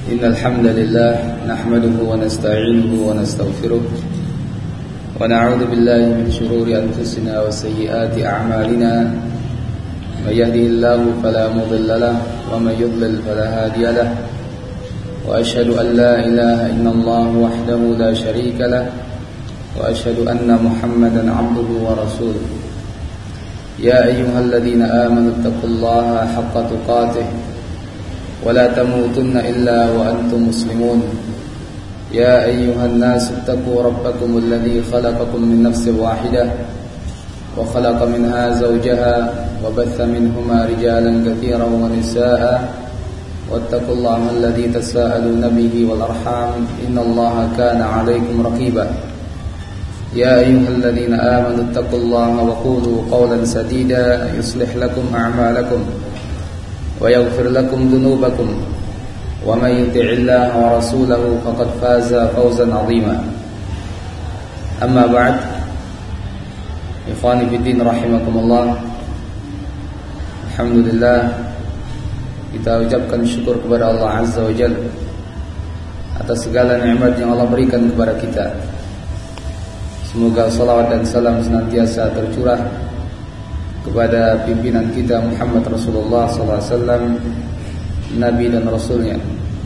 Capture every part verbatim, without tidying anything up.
إن الحمد لله نحمده ونستعينه ونستغفره ونعوذ بالله من شرور أنفسنا وسيئات أعمالنا من يهده الله فلا مضل له ومن يضلل فلا هادي له وأشهد أن لا إله إلا الله وحده لا شريك له وأشهد أن محمدا عبده ورسوله يا أيها الذين آمنوا اتقوا الله حق تقاته ولا تموتن إلا وأنتم مسلمون يا أيها الناس اتقوا ربكم الذي خلقكم من نفس واحدة وخلق منها زوجها وبث منهما رجالا كثيرا ونساء واتقوا الله الذي تساءلون به والأرحام إن الله كان عليكم رقيبا يا أيها الذين آمنوا اتقوا الله وقولوا قولا سديدا يصلح لكم أعمالكم ويغفر لكم ذنوبكم ومن يطع الله ورسوله فقد فاز فوزا عظيما أما بعد إخواني في الدين رحمكم الله Alhamdulillah, kita ucapkan syukur kepada Allah Azza wa Jalla atas segala nikmat yang Allah berikan kepada kita. Semoga salawat dan salam senantiasa tercurah kepada pimpinan kita Muhammad Rasulullah sallallahu alaihi wasallam, Nabi dan Rasulnya.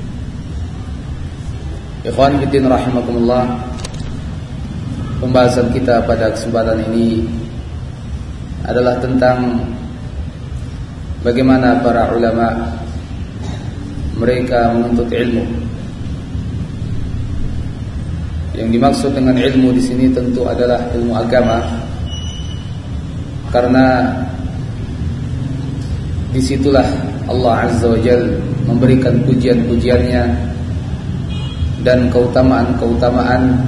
Ikhwan fillah rahimakumullah, pembahasan kita pada kesempatan ini adalah tentang bagaimana para ulama mereka menuntut ilmu. Yang dimaksud dengan ilmu di sini tentu adalah ilmu agama, karena disitulah Allah Azza wa Jalla memberikan pujian-pujiannya dan keutamaan-keutamaan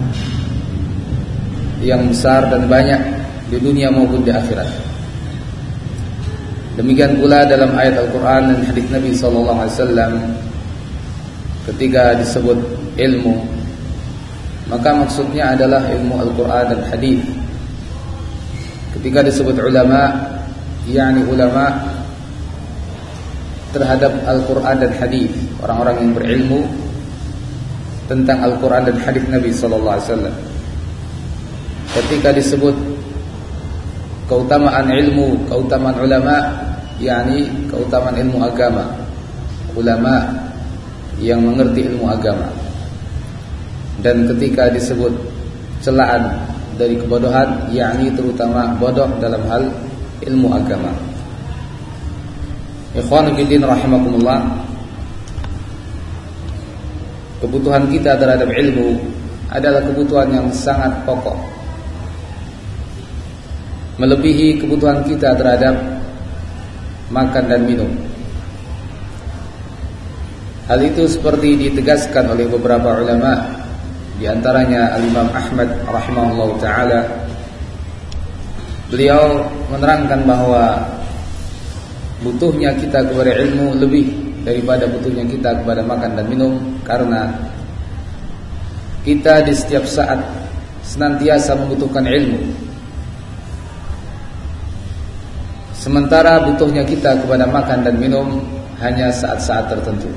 yang besar dan banyak di dunia maupun di akhirat. Demikian pula dalam ayat Al-Quran dan hadis Nabi sallallahu alaihi wasallam, ketika disebut ilmu, maka maksudnya adalah ilmu Al-Quran dan hadis. Ketika disebut ulama, yakni ulama terhadap Al-Quran dan hadis, orang-orang yang berilmu tentang Al-Quran dan hadis Nabi sallallahu alaihi wasallam. Ketika disebut keutamaan ilmu, keutamaan ulama, yakni keutamaan ilmu agama, ulama yang mengerti ilmu agama. Dan ketika disebut celaan dari kebodohan, yakni terutama bodoh dalam hal ilmu agama. Ikhwan fillah rahimakumullah, kebutuhan kita terhadap ilmu adalah kebutuhan yang sangat pokok, melebihi kebutuhan kita terhadap makan dan minum. Hal itu seperti ditegaskan oleh beberapa ulama, di antaranya Al-Imam Ahmad rahimahullah ta'ala. Beliau menerangkan bahwa butuhnya kita kepada ilmu lebih daripada butuhnya kita kepada makan dan minum, karena kita di setiap saat senantiasa membutuhkan ilmu, sementara butuhnya kita kepada makan dan minum hanya saat-saat tertentu.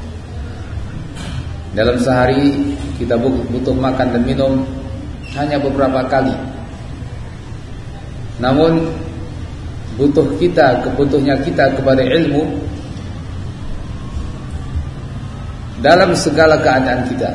Dalam sehari kita butuh makan dan minum hanya beberapa kali. Namun butuh kita, kebutuhnya kita kepada ilmu dalam segala keadaan kita.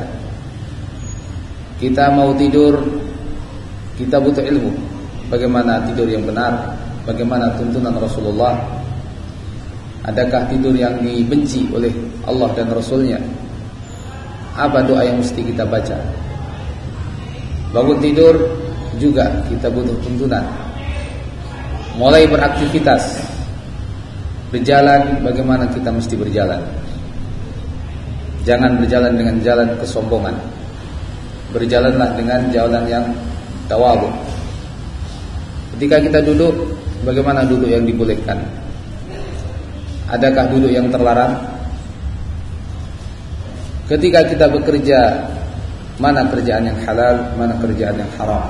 Kita mau tidur, kita butuh ilmu. Bagaimana tidur yang benar? Bagaimana tuntunan Rasulullah? Adakah tidur yang dibenci oleh Allah dan Rasulnya? Apa doa yang mesti kita baca? Bangun tidur juga kita butuh tuntunan. Mulai beraktivitas, berjalan, bagaimana kita mesti berjalan? Jangan berjalan dengan jalan kesombongan. Berjalanlah dengan jalan yang tawadhu. Ketika kita duduk, bagaimana duduk yang dibolehkan? Adakah duduk yang terlarang? Ketika kita bekerja, mana kerjaan yang halal, mana kerjaan yang haram?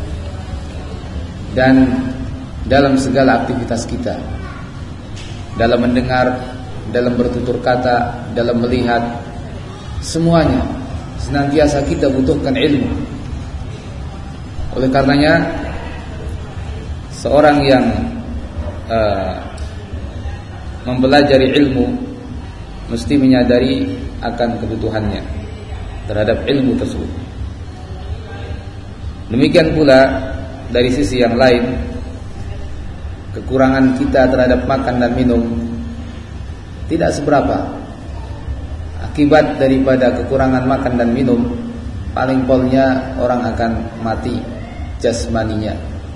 Dan dalam segala aktivitas kita, dalam mendengar, dalam bertutur kata, dalam melihat, semuanya senantiasa kita butuhkan ilmu. Oleh karenanya seorang yang uh, mempelajari ilmu mesti menyadari akan kebutuhannya terhadap ilmu tersebut. Demikian pula dari sisi yang lain, kekurangan kita terhadap makan dan minum tidak seberapa. Akibat daripada kekurangan makan dan minum, paling polnya orang akan mati jasmaninya.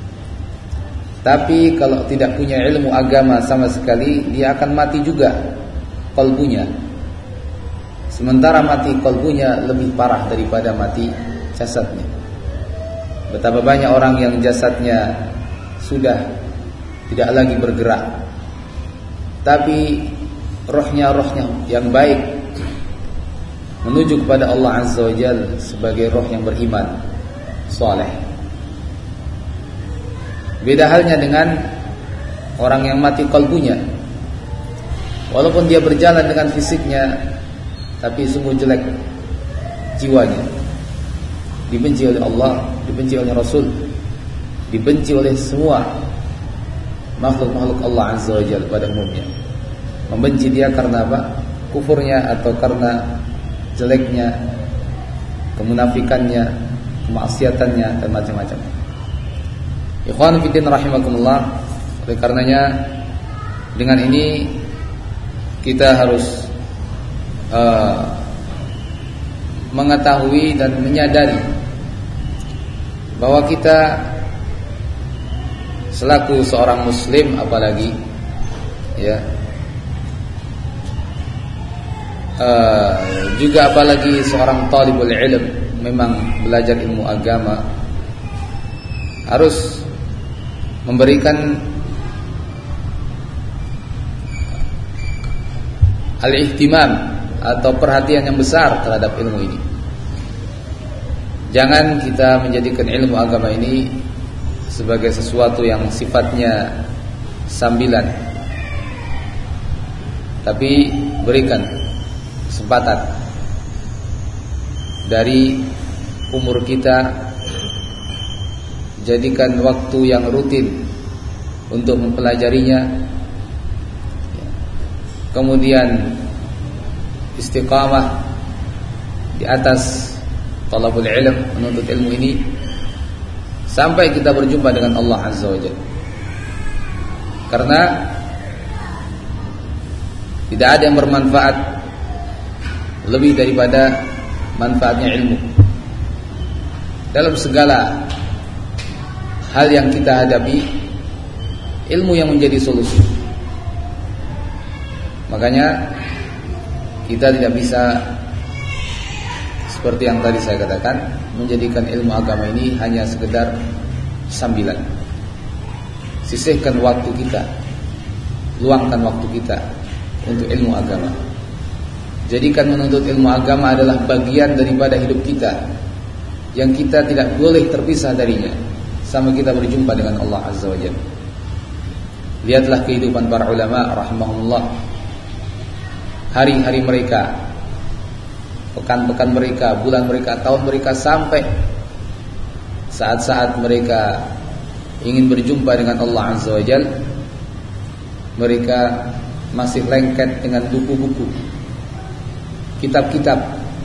Tapi kalau tidak punya ilmu agama sama sekali, dia akan mati juga qalbunya. Sementara mati qalbunya lebih parah daripada mati jasadnya. Betapa banyak orang yang jasadnya sudah tidak lagi bergerak, tapi rohnya rohnya yang baik menuju kepada Allah Azza wa Jalla sebagai roh yang beriman, saleh. Beda halnya dengan orang yang mati qalbunya. Walaupun dia berjalan dengan fisiknya, tapi sungguh jelek jiwanya. Dibenci oleh Allah, dibenci oleh Rasul, dibenci oleh semua makhluk-makhluk Allah Azza wa Jalla pada umumnya. Membenci dia karena apa? Kufurnya atau karena jeleknya, kemunafikannya, kemaksiatannya dan macam-macam. Ikhwan fillah rahimakumullah. Oleh karenanya dengan ini kita harus uh, mengetahui dan menyadari bahwa kita selaku seorang muslim, apalagi ya uh, juga apalagi seorang talibul ilm, memang belajar ilmu agama, harus memberikan al-ihtimam atau perhatian yang besar terhadap ilmu ini. Jangan kita menjadikan ilmu agama ini sebagai sesuatu yang sifatnya sambilan, tapi berikan kesempatan dari umur kita, jadikan waktu yang rutin untuk mempelajarinya, kemudian istiqamah di atas talabul ilm, menuntut ilmu ini sampai kita berjumpa dengan Allah Azza wa Jalla. Karena tidak ada yang bermanfaat lebih daripada manfaatnya ilmu. Dalam segala hal yang kita hadapi, ilmu yang menjadi solusi. Makanya kita tidak bisa seperti yang tadi saya katakan, menjadikan ilmu agama ini hanya sekedar sambilan. Sisihkan waktu kita, luangkan waktu kita untuk ilmu agama. Jadikan menuntut ilmu agama adalah bagian daripada hidup kita yang kita tidak boleh terpisah darinya sampai kita berjumpa dengan Allah Azza wa Jalla. Lihatlah kehidupan para ulama rahimahumullah, hari-hari mereka, pekan-pekan mereka, bulan mereka, tahun mereka, sampai saat-saat mereka ingin berjumpa dengan Allah Azza wa Jalla, mereka masih lengket dengan buku-buku, kitab-kitab,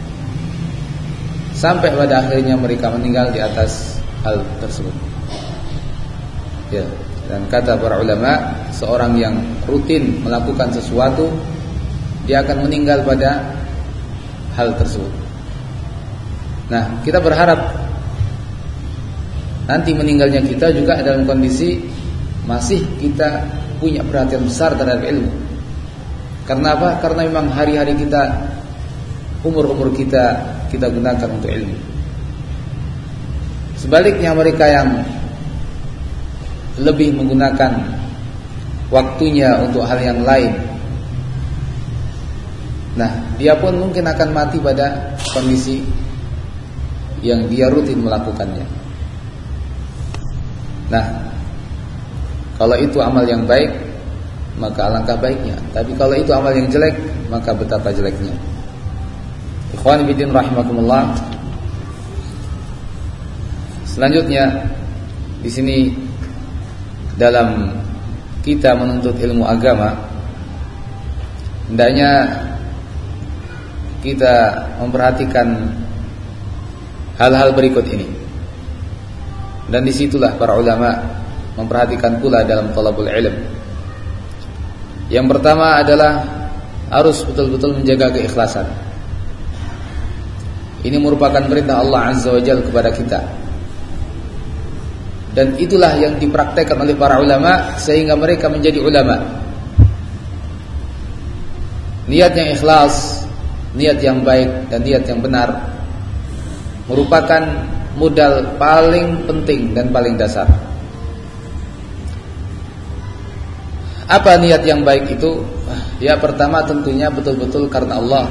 sampai pada akhirnya mereka meninggal di atas hal tersebut. Ya, dan kata para ulama, seorang yang rutin melakukan sesuatu, dia akan meninggal pada hal tersebut. Nah, kita berharap nanti meninggalnya kita juga dalam kondisi masih kita punya perhatian besar terhadap ilmu. Karena apa? Karena memang hari-hari kita, umur-umur kita, kita gunakan untuk ilmu. Sebaliknya mereka yang lebih menggunakan waktunya untuk hal yang lain, nah dia pun mungkin akan mati pada kondisi yang dia rutin melakukannya. Nah, kalau itu amal yang baik, maka alangkah baiknya. Tapi kalau itu amal yang jelek, maka betapa jeleknya. Ikhwan fillah rahimakumullah. Selanjutnya di sini dalam kita menuntut ilmu agama, hendaknya kita memperhatikan hal-hal berikut ini. Dan disitulah para ulama memperhatikan pula dalam talabul ilm. Yang pertama adalah harus betul-betul menjaga keikhlasan. Ini merupakan perintah Allah Azza wa Jalla kepada kita. Dan itulah yang dipraktekkan oleh para ulama sehingga mereka menjadi ulama. Niat yang ikhlas, niat yang baik dan niat yang benar merupakan modal paling penting dan paling dasar. Apa niat yang baik itu? Ya, pertama tentunya betul-betul karena Allah.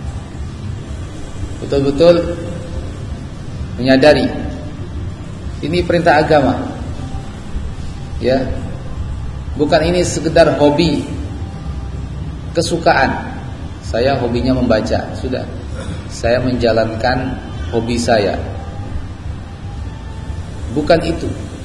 Betul-betul menyadari ini perintah agama. Ya. Bukan ini sekedar hobi, kesukaan. Saya hobinya membaca, sudah. Saya menjalankan hobi saya. Bukan itu.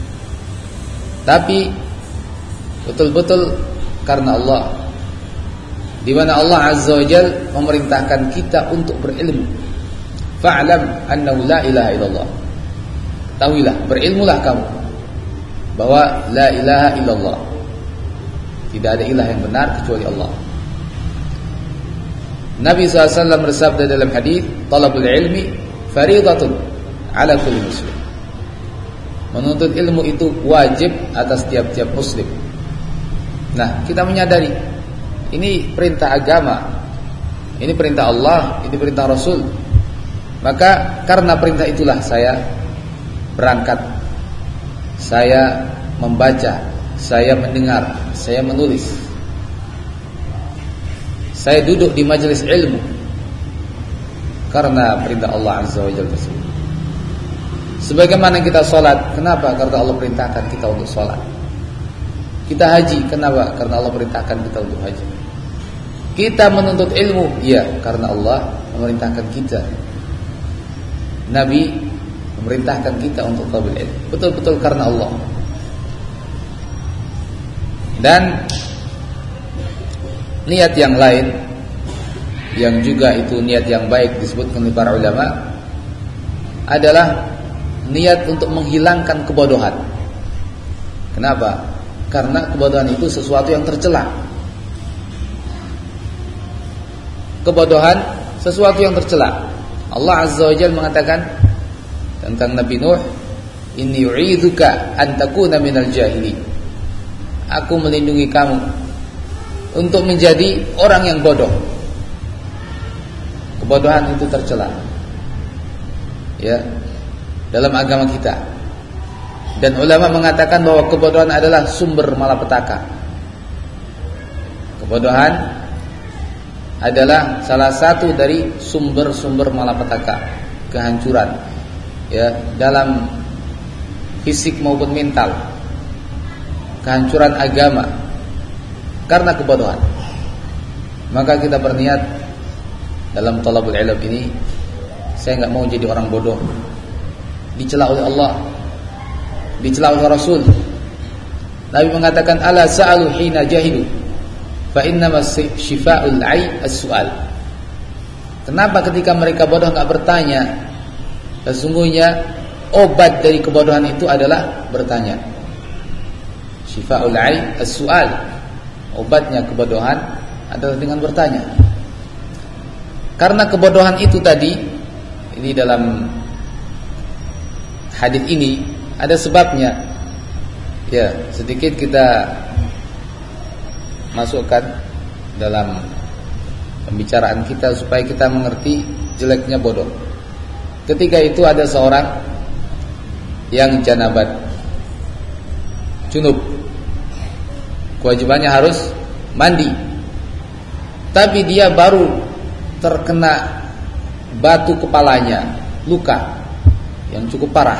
Tapi betul-betul karena Allah. Di mana Allah Azza wa Jalla memerintahkan kita untuk berilmu. Fa'lam annahu la ilaha illallah. Tahuilah, berilmulah kamu bahwa la ilaha illallah. Tidak ada ilah yang benar kecuali Allah. Nabi sallallahu alaihi wasallam bersabda dalam hadis, "Talabul ilmi fariidatun 'ala kulli muslim." Menuntut ilmu itu wajib atas tiap-tiap muslim. Nah, kita menyadari ini perintah agama, ini perintah Allah, ini perintah Rasul. Maka karena perintah itulah saya berangkat, saya membaca, saya mendengar, saya menulis, saya duduk di majelis ilmu karena perintah Allah Azza wa Jalla tersebut. Sebagaimana kita sholat, kenapa? Karena Allah perintahkan kita untuk sholat. Kita haji, kenapa? Karena Allah perintahkan kita untuk haji. Kita menuntut ilmu, iya, karena Allah memerintahkan kita. Nabi memerintahkan kita untuk talabul ilmu, betul-betul karena Allah. Dan niat yang lain yang juga itu niat yang baik disebutkan oleh para ulama adalah niat untuk menghilangkan kebodohan. Kenapa? Karena kebodohan itu sesuatu yang tercela. Kebodohan sesuatu yang tercela. Allah Azza wa Jalla mengatakan tentang Nabi Nuh, "Inni u'idzuka an takuna minal jahilin." Aku melindungi kamu untuk menjadi orang yang bodoh. Kebodohan itu tercela. Ya, dalam agama kita. Dan ulama mengatakan bahwa kebodohan adalah sumber malapetaka. Kebodohan adalah salah satu dari sumber-sumber malapetaka, kehancuran, ya, dalam fisik maupun mental, kehancuran agama karena kebodohan. Maka kita berniat dalam talabul ilm ini, saya enggak mau jadi orang bodoh, dicela oleh Allah, dicela oleh Rasul. Nabi mengatakan, "Ala sa'alu hina jahilu, fa innama syifa'ul 'ai as-su'al." Kenapa ketika mereka bodoh enggak bertanya? Sesungguhnya obat dari kebodohan itu adalah bertanya. Syifa'ul 'ai as-su'al. Obatnya kebodohan adalah dengan bertanya. Karena kebodohan itu tadi, ini dalam hadis ini ada sebabnya. Ya, sedikit kita masukkan dalam pembicaraan kita supaya kita mengerti jeleknya bodoh. Ketika itu ada seorang yang janabat, junub, kewajibannya harus mandi, tapi dia baru terkena batu kepalanya, luka yang cukup parah.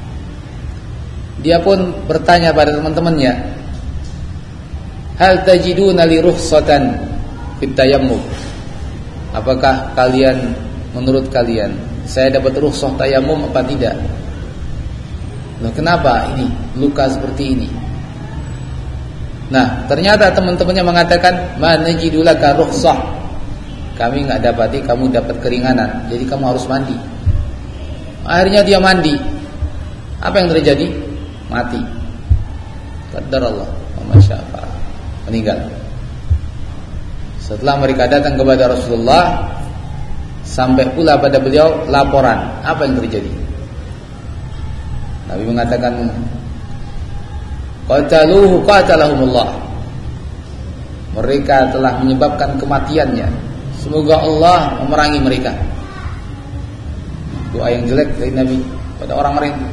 Dia pun bertanya pada teman-temannya, "Hal tajiduna li rukhsatan fit tayammum?" Apakah kalian menurut kalian? Saya dapat rukhsah tayamum apa tidak? Loh, kenapa ini luka seperti ini? Nah, ternyata teman-temannya mengatakan, "Ma najidu laka rukhsah." Kami enggak dapati kamu dapat keringanan, jadi kamu harus mandi. Akhirnya dia mandi. Apa yang terjadi? Mati. Qadarullah wa ma syaa fa'al. Meninggal. Setelah mereka datang kepada Rasulullah, sampai pula pada beliau laporan. Apa yang terjadi? Nabi mengatakan, qataluhu qatalahumullah. Mereka telah menyebabkan kematiannya. Semoga Allah memerangi mereka. Doa yang jelek dari Nabi pada orang-orang itu.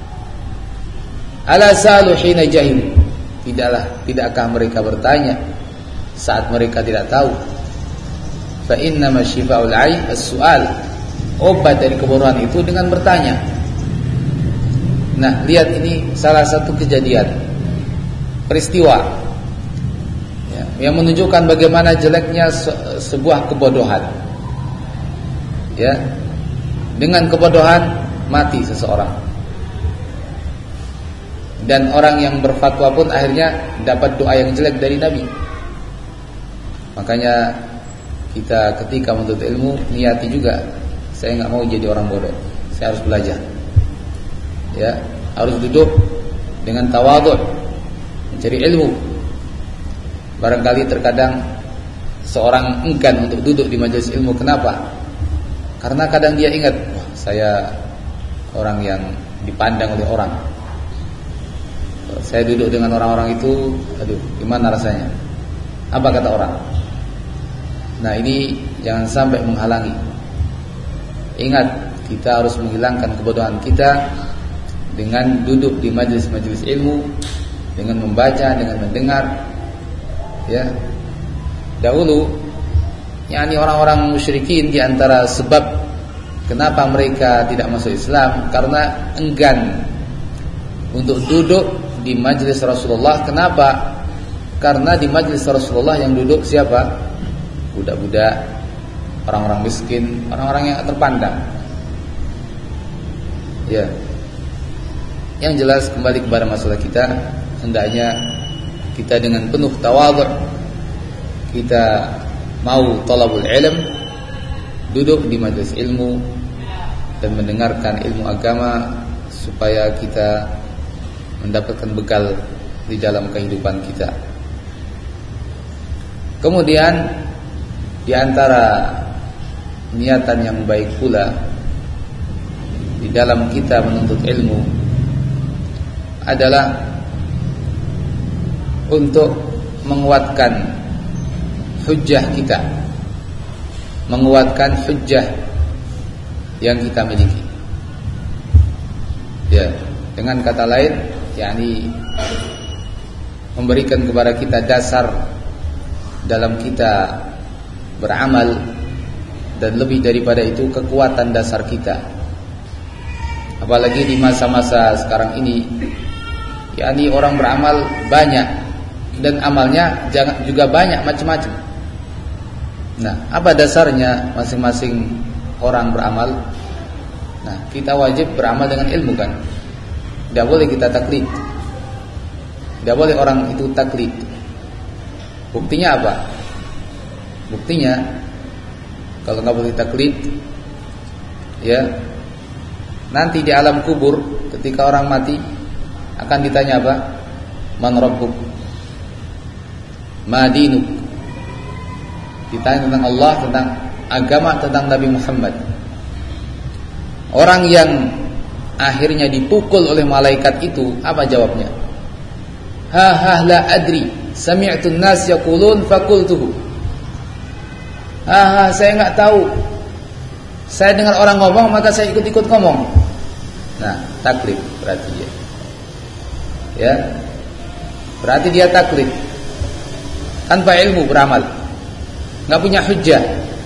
Ala salu hina jahil. Tidaklah, tidakkah mereka bertanya saat mereka tidak tahu? Fa innama syifa'ul 'ai as-su'al. Obat dari kebodohan itu dengan bertanya. Nah, lihat ini salah satu kejadian, peristiwa ya, yang menunjukkan bagaimana jeleknya se- sebuah kebodohan. Ya, dengan kebodohan mati seseorang. Dan orang yang berfatwa pun akhirnya dapat doa yang jelek dari Nabi. Makanya kita ketika menuntut ilmu niati juga, saya enggak mau jadi orang bodoh. Saya harus belajar. Ya, harus duduk dengan tawadhu, mencari ilmu. Barangkali terkadang seorang enggan untuk duduk di majelis ilmu. Kenapa? Karena kadang dia ingat, wah, saya orang yang dipandang oleh orang. Saya duduk dengan orang-orang itu, aduh, gimana rasanya? Apa kata orang? Nah, ini jangan sampai menghalangi. Ingat, kita harus menghilangkan kebodohan kita dengan duduk di majelis-majelis ilmu, dengan membaca, dengan mendengar. Ya. Dahulu, yakni orang-orang musyrikin, di antara sebab kenapa mereka tidak masuk Islam karena enggan untuk duduk di majelis Rasulullah. Kenapa? Karena di majelis Rasulullah yang duduk siapa? Budak-budak, orang-orang miskin, orang-orang yang terpandang. Ya. Yang jelas, kembali kepada masalah kita, hendaknya kita dengan penuh tawadhu, kita mau talabul ilm, duduk di majelis ilmu dan mendengarkan ilmu agama supaya kita mendapatkan bekal di dalam kehidupan kita. Kemudian di antara niatan yang baik pula di dalam kita menuntut ilmu adalah untuk menguatkan hujjah kita, menguatkan hujjah yang kita miliki. Ya, dengan kata lain, yakni memberikan kepada kita dasar dalam kita beramal, dan lebih daripada itu kekuatan dasar kita. Apalagi di masa-masa sekarang ini, yakni orang beramal banyak dan amalnya juga banyak macam-macam. Nah, apa dasarnya masing-masing orang beramal? Nah, kita wajib beramal dengan ilmu, kan? Tidak boleh kita taklid. Tidak boleh orang itu taklid. Buktinya apa? Buktinya, kalau nggak boleh taklid, ya, nanti di alam kubur ketika orang mati akan ditanya apa? Man rabbuk? Ma dinuk? Ditanya tentang Allah, tentang agama, tentang Nabi Muhammad. Orang yang akhirnya dipukul oleh malaikat itu, apa jawabnya? Ha ha la adri, sami'tu an-nas yaqulun faqultuhu. Ha ha, saya enggak tahu. Saya dengar orang ngomong, maka saya ikut-ikut ngomong. Nah, taklid berarti dia. Ya. Berarti dia taklid. Tanpa ilmu beramal. Enggak punya hujjah.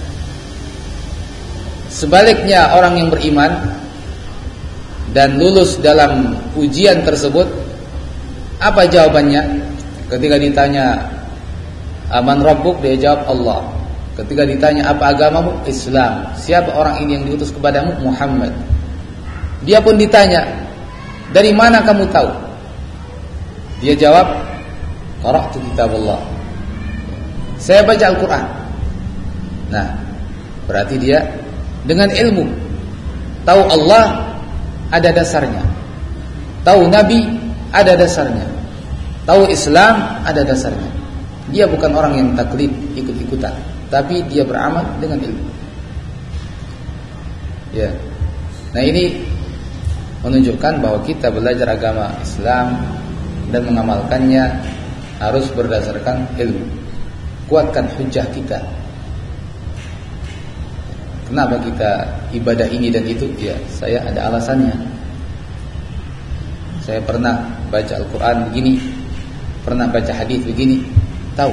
Sebaliknya, orang yang beriman dan lulus dalam ujian tersebut, apa jawabannya? Ketika ditanya, "Aman rabbuk?" dia jawab Allah. Ketika ditanya apa agamamu? Islam. Siapa orang ini yang diutus kepadamu? Muhammad. Dia pun ditanya, dari mana kamu tahu? Dia jawab, qara'tu kitabullah. Saya baca Al-Quran. Nah, berarti dia dengan ilmu tahu Allah ada dasarnya, tahu Nabi ada dasarnya, tahu Islam ada dasarnya. Dia bukan orang yang taklid, ikut-ikutan, tapi dia beramal dengan ilmu. Ya. Nah, ini menunjukkan bahwa kita belajar agama Islam dan mengamalkannya harus berdasarkan ilmu. Kuatkan hujjah kita. Kenapa kita ibadah ini dan itu? Ya, saya ada alasannya. Saya pernah baca Al-Quran begini, pernah baca hadis begini, tahu.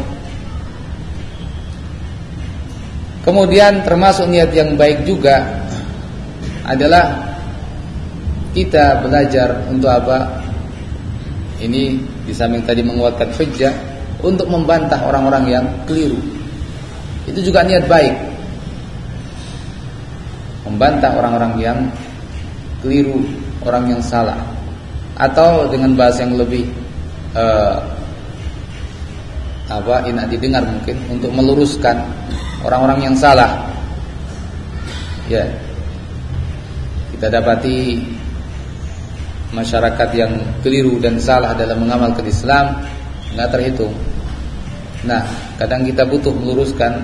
Kemudian termasuk niat yang baik juga adalah kita belajar untuk apa? Ini di samping tadi menguatkan hujjah, untuk membantah orang-orang yang keliru. Itu juga niat baik. Membantah orang-orang yang keliru, orang yang salah. Atau dengan bahasa yang lebih uh, apa enak didengar mungkin, untuk meluruskan orang-orang yang salah. Ya. Kita dapati masyarakat yang keliru dan salah dalam mengamalkan Islam enggak terhitung. Nah, kadang kita butuh meluruskan.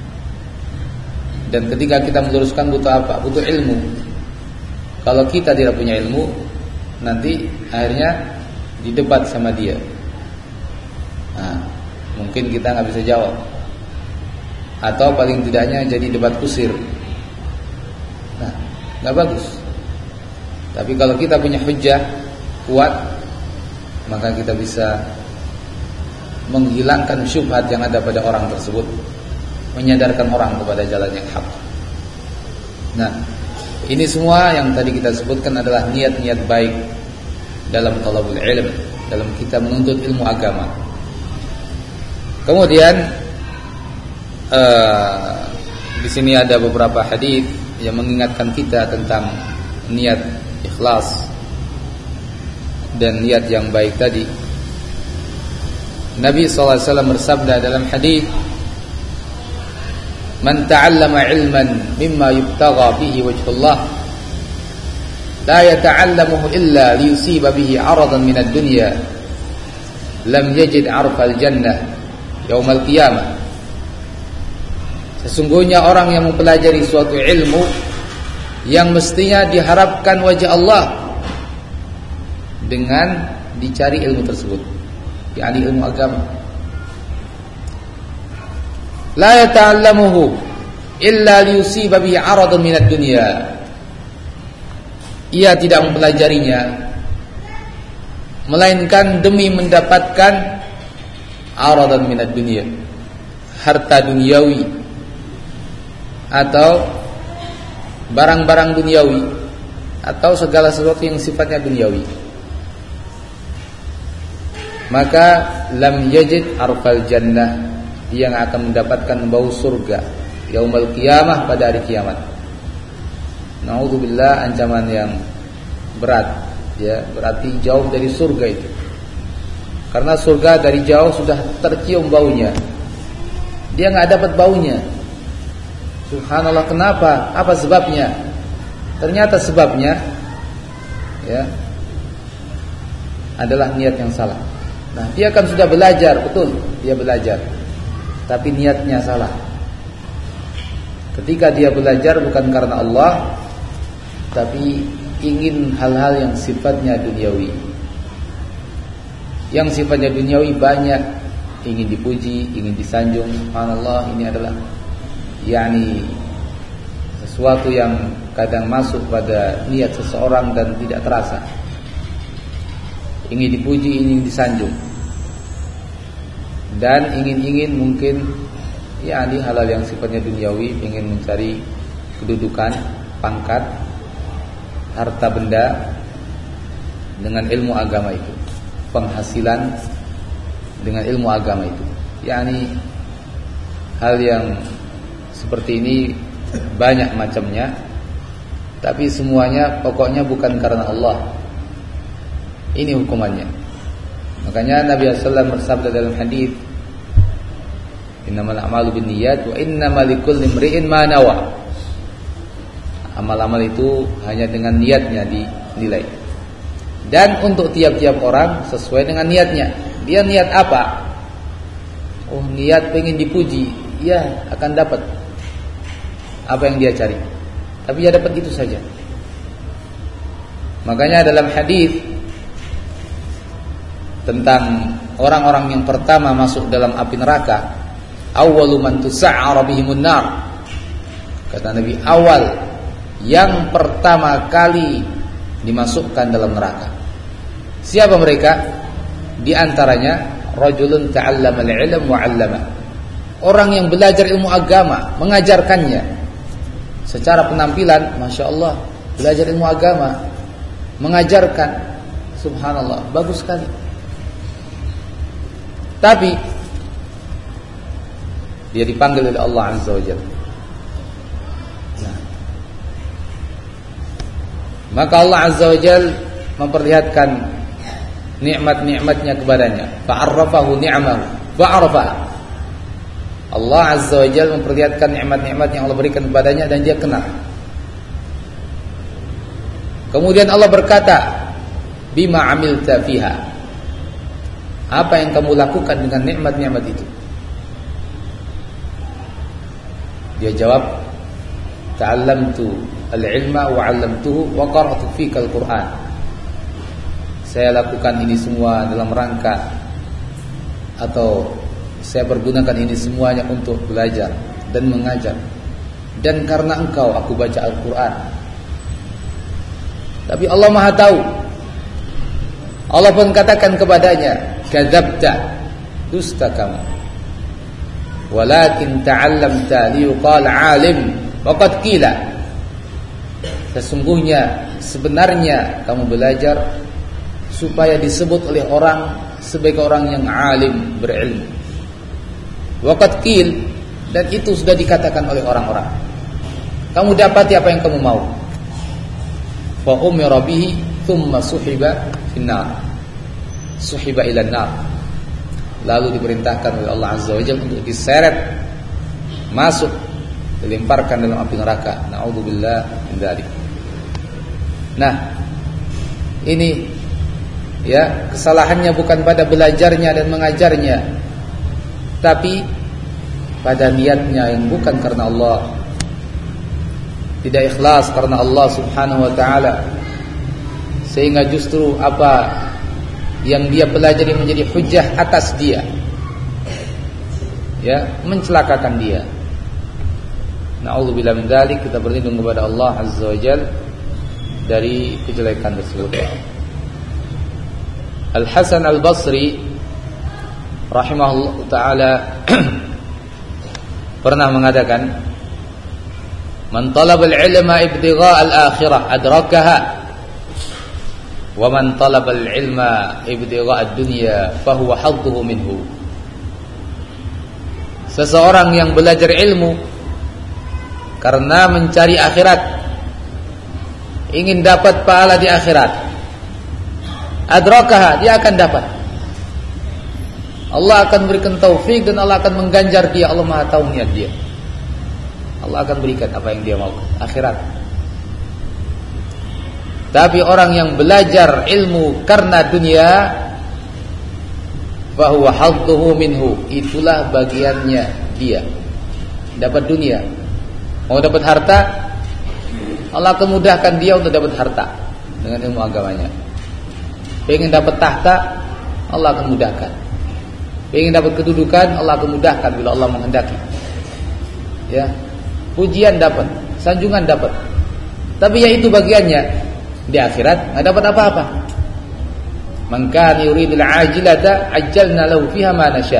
Dan ketika kita meluruskan butuh apa? Butuh ilmu. Kalau kita tidak punya ilmu, nanti akhirnya didebat sama dia. Nah, mungkin kita nggak bisa jawab. Atau paling tidaknya jadi debat kusir. Nah, nggak bagus. Tapi kalau kita punya hujjah kuat, maka kita bisa menghilangkan syubhat yang ada pada orang tersebut, menyadarkan orang kepada jalan yang hak. Nah, ini semua yang tadi kita sebutkan adalah niat-niat baik dalam talabul ilm, dalam kita menuntut ilmu agama. Kemudian uh, di sini ada beberapa hadis yang mengingatkan kita tentang niat ikhlas dan niat yang baik tadi. Nabi sallallahu alaihi wasallam bersabda dalam hadis, "Man ta'allama 'ilman mimma yubtagha bihi wajhullah, la yata'allamuhu illa liyusiba bihi 'aradan min ad-dunya, lam yajid 'arfal jannah yaumal qiyamah." Sesungguhnya orang yang mempelajari suatu ilmu yang mestinya diharapkan wajah Allah dengan dicari ilmu tersebut, yakni ilmu agama. La yata'allamuhu illa liyusiba bihi 'aradan min ad-dunya. Ia tidak mempelajarinya melainkan demi mendapatkan 'aradan min ad-dunya, harta duniawi atau barang-barang duniawi atau segala sesuatu yang sifatnya duniawi. Maka lam yajid arfal jannah, dia yang akan mendapatkan bau surga yaumul qiyamah, pada hari kiamat. Naudzubillah, ancaman yang berat, ya, berarti jauh dari surga itu. Karena surga dari jauh sudah tercium baunya, dia enggak dapat baunya. Subhanallah, kenapa? Apa sebabnya? Ternyata sebabnya ya adalah niat yang salah. Nah, dia kan sudah belajar, betul, dia belajar, tapi niatnya salah. Ketika dia belajar bukan karena Allah, tapi ingin hal-hal yang sifatnya duniawi. Yang sifatnya duniawi banyak, ingin dipuji, ingin disanjung. Subhanallah, ini adalah yakni sesuatu yang kadang masuk pada niat seseorang dan tidak terasa. Ingin dipuji, ingin disanjung, dan ingin-ingin mungkin ya di halal yang sifatnya duniawi, ingin mencari kedudukan, pangkat, harta benda dengan ilmu agama itu, penghasilan dengan ilmu agama itu, yakni hal yang seperti ini banyak macamnya, tapi semuanya pokoknya bukan karena Allah. Ini hukumannya. Makanya Nabi sallallahu alaihi wasallam bersabda dalam hadis, innamal a'malu binniyat wa innamal likulli imri'in ma nawa. Amal-amal itu hanya dengan niatnya dinilai. Dan untuk tiap-tiap orang sesuai dengan niatnya. Dia niat apa? Oh, niat pengen dipuji, ya akan dapat apa yang dia cari. Tapi dia dapat itu saja. Makanya dalam hadis tentang orang-orang yang pertama masuk dalam api neraka, awwalu man tus'ara bihimun nar. Kata Nabi, awal yang pertama kali dimasukkan dalam neraka. Siapa mereka? Di antaranya rajulun ta'allama al-'ilm wa 'allama. Orang yang belajar ilmu agama, mengajarkannya. Secara penampilan, Masya Allah, belajar ilmu agama, mengajarkan, subhanallah, bagus sekali. Tapi dia dipanggil oleh Allah Azza wa Jalla. Nah, maka Allah Azza wa Jalla memperlihatkan nikmat-nikmatnya kepadanya. Fa'arrafahu ni'amahu fa'arafa. Allah Azza wa Jalla memperlihatkan nikmat-nikmat yang Allah berikan kepadanya dan dia kenal. Kemudian Allah berkata, bima amilta fiha. Apa yang kamu lakukan dengan nikmat-nikmat itu? Dia jawab, ta'allamtu al-ilma wa 'allamtuhu wa qara'tu fika al-Qur'an. Saya lakukan ini semua dalam rangka, atau saya pergunakan ini semuanya untuk belajar dan mengajar, dan karena engkau aku baca Al-Quran. Tapi Allah Maha tahu. Allah pun katakan kepadanya, kadzabta, dusta kamu. Walakin ta'allamta liyuqal 'alim wa qad qila. Sesungguhnya, sebenarnya kamu belajar supaya disebut oleh orang sebagai orang yang alim, berilmu. Waqad qil, dan itu sudah dikatakan oleh orang-orang. Kamu dapati apa yang kamu mau. Fa umira bihi thumma suhiba finnar. Suhiba ila nar. Lalu diperintahkan oleh Allah Azza wa Jalla untuk diseret masuk, dilemparkan dalam api neraka. Na'udzubillah min dzalik. Nah, ini ya, kesalahannya bukan pada belajarnya dan mengajarnya, tapi pada niatnya yang bukan karena Allah. Tidak ikhlas karena Allah Subhanahu wa ta'ala, sehingga justru apa yang dia pelajari menjadi hujjah atas dia, ya, mencelakakan dia. Na'udzubillah min dzalik. Kita berlindung kepada Allah Azza wa Jalla dari kejelekan tersebut. Al-Hasan Al-Basri rahimahullah ta'ala pernah mengatakan, man talaba al-ilma ibtigha' al-akhirah adrakaha, wa man talaba al-ilma ibtigha' ad-dunya fahuwa hadduhu minhu. Seseorang yang belajar ilmu karena mencari akhirat, ingin dapat pahala di akhirat, adrakaha, dia akan dapat. Allah akan berikan taufik dan Allah akan mengganjar dia. Allah Maha tahu niat dia. Allah akan berikan apa yang dia mau, akhirat. Tapi orang yang belajar ilmu karena dunia, fahuwa hadduhu minhu, itulah bagiannya dia, dapat dunia. Mau dapat harta, Allah akan mudahkan dia untuk dapat harta dengan ilmu agamanya. Pengen dapat tahta, Allah akan mudahkan. Pengen dapat kedudukan, Allah akan mudahkan bila Allah menghendaki. Ya, pujian dapat, sanjungan dapat. Tapi ya itu bagiannya. Di akhirat enggak dapat apa-apa. Man kana yuridul ajilata ajjalna lahu fiha ma nasha.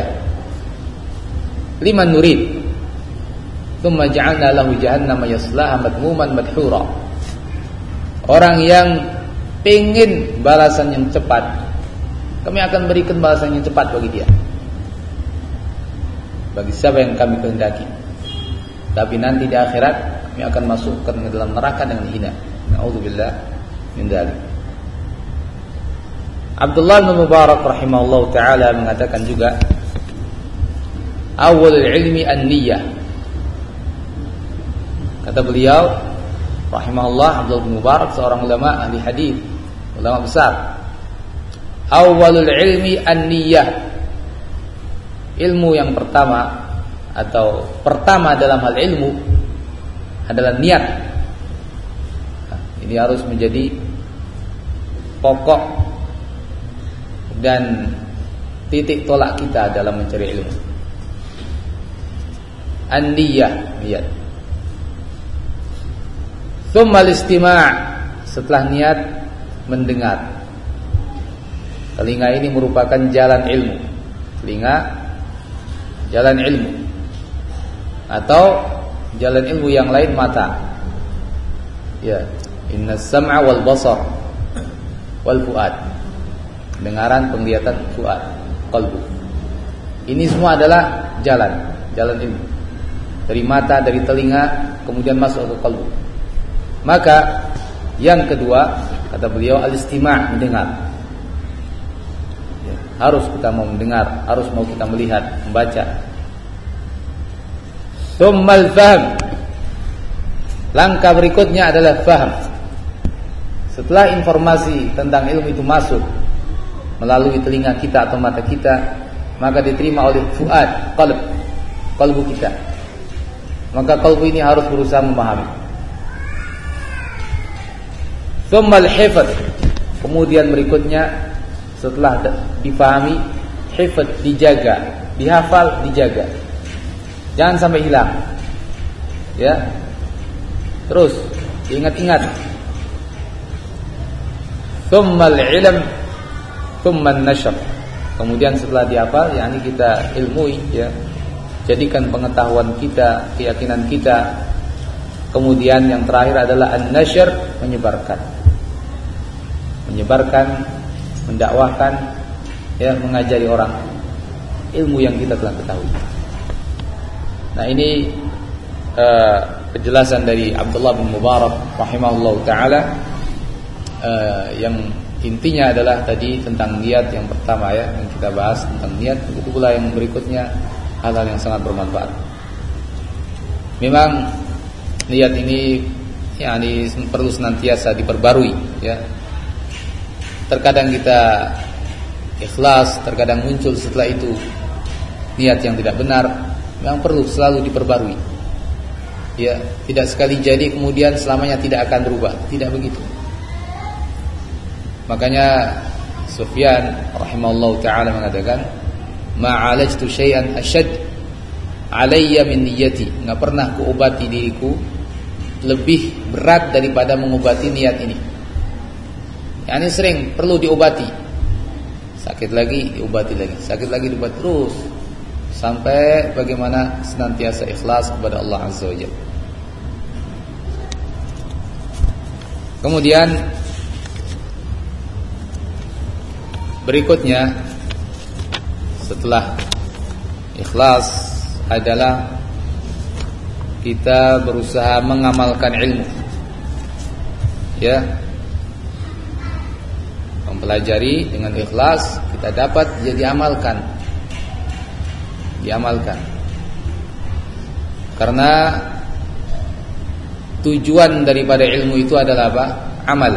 Liman nurid. Tsumma ja'alna lahu jahannama yaslaha madmuman madhura. Orang yang pengen balasan yang cepat, kami akan berikan balasan yang cepat bagi dia. Bagi siapa yang kami kehendaki. tapi nanti di akhirat kami akan masukkan ke dalam neraka dengan hina. Na'udzubillah min dzalik. Abdullah bin Mubarak rahimahullah taala mengatakan juga, awalul ilmi an-niyyah. Kata beliau rahimahullah, Abdullah bin Mubarak seorang ulama ahli hadis, ulama besar. Awalul ilmi an-niyyah. Ilmu yang pertama atau pertama dalam hal ilmu adalah niat. Nah, ini harus menjadi pokok dan titik tolak kita dalam mencari ilmu. An-niyyah, niat. Tsumma al-istima', setelah niat mendengar. Telinga ini merupakan jalan ilmu. Telinga jalan ilmu, atau jalan ilmu yang lain mata. Ya, inna sam'a wal basar wal fuad. Dengaran, penglihatan, fuad, qalbu. Ini semua adalah jalan, jalan ilmu. Dari mata, dari telinga, kemudian masuk ke qalbu. Maka yang kedua, kata beliau, al-istima', mendengar. Ya, harus kita mau mendengar, harus mau kita melihat, membaca. Tsummal fahm. Langkah berikutnya adalah faham. Setelah informasi tentang ilmu itu masuk melalui telinga kita atau mata kita, maka diterima oleh fuad, qalb, qalbu kita. Maka qalbu ini harus berusaha memahami. Tsummal hifdz. Kemudian berikutnya setelah dipahami, hifdz, dijaga, dihafal, dijaga. Jangan sampai hilang. Ya. Terus ingat-ingat. Tsummal ilm, tsumman nashr. Kemudian setelah dihafal, yakni kita ilmui, ya. Jadikan pengetahuan kita, keyakinan kita. Kemudian yang terakhir adalah an-nashr, menyebarkan. Menyebarkan, mendakwahkan, ya, mengajari orang ilmu yang kita telah ketahui. Nah, ini uh, penjelasan dari Abdullah bin Mubarak rahimahullah taala, uh, yang intinya adalah tadi tentang niat yang pertama, ya, yang kita bahas tentang niat. Begitu pula yang berikutnya hal-hal yang sangat bermanfaat. Memang niat ini ya ini perlu senantiasa diperbarui, ya. Terkadang kita ikhlas, terkadang muncul setelah itu niat yang tidak benar. Memang perlu selalu diperbarui. Ya, tidak sekali jadi kemudian selamanya tidak akan berubah. Tidak begitu. Makanya Sufyan rahimahullah taala mengatakan, "Ma'alajtu syai'an asyad 'alayya min niyyati." Enggak pernah kuobati diriku lebih berat daripada mengobati niat ini. Yani sering perlu diobati. Sakit lagi, diobati lagi. Sakit lagi, diobati terus. Sampai bagaimana senantiasa ikhlas kepada Allah Azza wa Jalla. Kemudian berikutnya setelah ikhlas adalah kita berusaha mengamalkan ilmu. Ya. Mempelajari dengan ikhlas, kita dapat jadi amalkan. Diamalkan. Karena tujuan daripada ilmu itu adalah apa? Amal.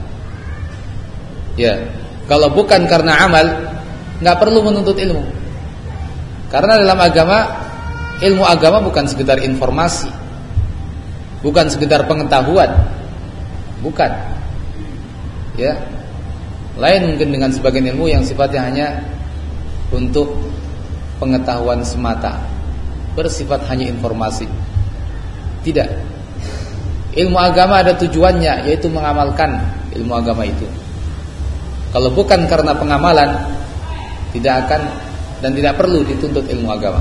Ya, kalau bukan karena amal, nggak perlu menuntut ilmu. Karena dalam agama, ilmu agama bukan sekedar informasi, bukan sekedar pengetahuan, bukan. Ya, lain mungkin dengan sebagian ilmu yang sifatnya hanya untuk pengetahuan semata, bersifat hanya informasi. Tidak. Ilmu agama ada tujuannya, yaitu mengamalkan ilmu agama itu. Kalau bukan karena pengamalan, tidak akan dan tidak perlu dituntut ilmu agama.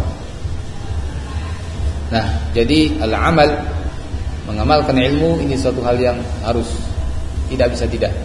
Nah, jadi al-amal, mengamalkan ilmu ini suatu hal yang harus, tidak bisa tidak.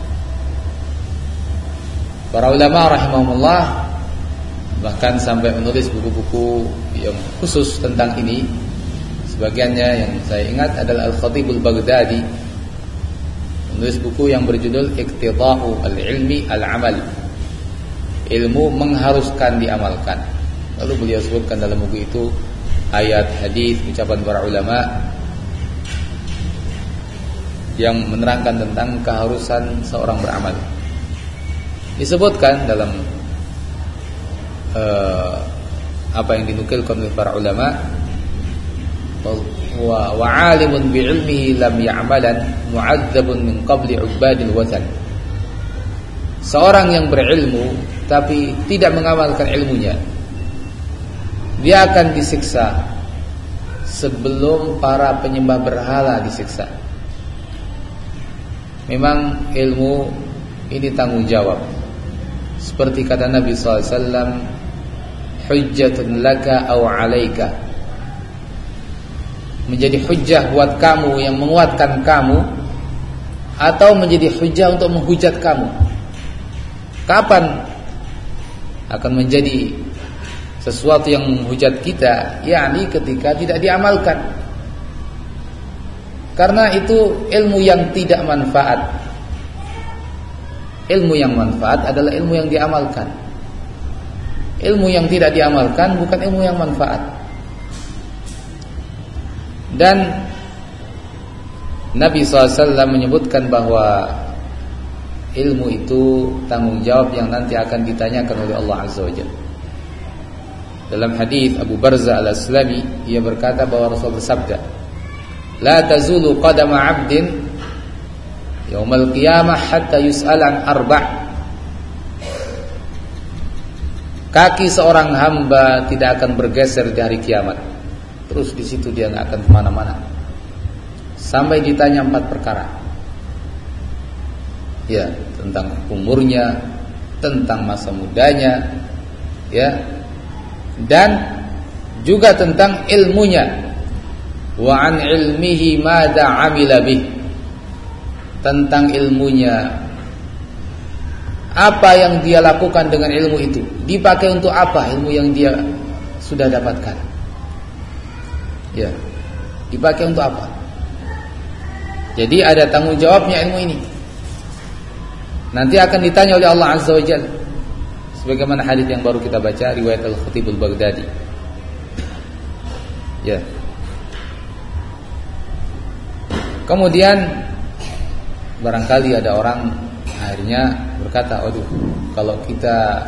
Para ulama rahimahumullah bahkan sampai menulis buku-buku yang khusus tentang ini. sebagiannya yang saya ingat adalah Al-Khatibul Baghdadi, menulis buku yang berjudul Iqtida'u al-ilmi al-amal, ilmu mengharuskan diamalkan. Lalu beliau sebutkan dalam buku itu ayat, hadis, ucapan para ulama yang menerangkan tentang keharusan seorang beramal. Disebutkan dalam uh, apa yang dinukilkan oleh para ulama, wa wa'alimun bi'ilmihi lam ya'malan mu'adzabun min qabli ubadil watan. Seorang yang berilmu tapi tidak mengamalkan ilmunya, dia akan disiksa sebelum para penyembah berhala disiksa. Memang ilmu ini tanggung jawab. Seperti kata Nabi sallallahu alaihi wasallam, hujjatun laka aw alaika, menjadi hujjah buat kamu yang menguatkan kamu, atau menjadi hujjah untuk menghujat kamu. Kapan akan menjadi sesuatu yang menghujat kita? Yakni ketika tidak diamalkan. Karena itu ilmu yang tidak manfaat. Ilmu yang manfaat adalah ilmu yang diamalkan. Ilmu yang tidak diamalkan bukan ilmu yang manfaat. Dan Nabi shallallahu alaihi wasallam menyebutkan bahwa ilmu itu tanggung jawab yang nanti akan ditanyakan oleh Allah Azza wa Jalla. Dalam hadis Abu Barzah Al-Aslami, ia berkata bahwa Rasul bersabda, "La tazulu qadama 'abdin yaumal qiyamah hatta yus'al an arba'." Kaki seorang hamba tidak akan bergeser di hari kiamat. Terus di situ dia nggak akan kemana-mana sampai ditanya empat perkara. Ya, tentang umurnya, tentang masa mudanya, ya, dan juga tentang ilmunya. Wa an ilmihi madza 'amila bih, tentang ilmunya, apa yang dia lakukan dengan ilmu itu, dipakai untuk apa ilmu yang dia sudah dapatkan. Ya, dipakai untuk apa? Jadi ada tanggung jawabnya ilmu ini. Nanti akan ditanya oleh Allah Azza wa Jalla, sebagaimana hadis yang baru kita baca, riwayat Al-Khatibul Baghdadi. Ya. Kemudian barangkali ada orang akhirnya berkata, "Aduh, kalau kita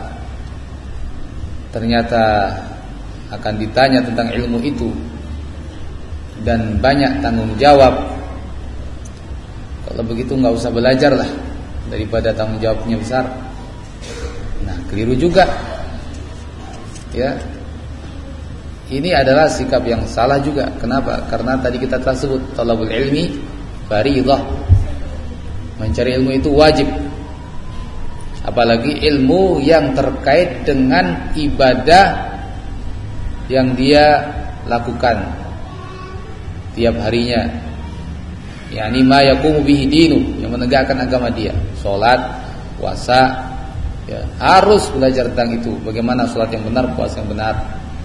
ternyata akan ditanya tentang ilmu itu dan banyak tanggung jawab, kalau begitu nggak usah belajar lah, daripada tanggung jawabnya besar." Nah, keliru juga. Ya. Ini adalah sikap yang salah juga. Kenapa? Karena tadi kita telah sebut talabul ilmi fardhah. Mencari ilmu itu wajib. Apalagi ilmu yang terkait dengan ibadah yang dia lakukan tiap harinya. Yani ma yaqumu bihi dinu, yang menegakkan agama dia. Salat, puasa, ya, harus belajar tentang itu. Bagaimana salat yang benar, puasa yang benar.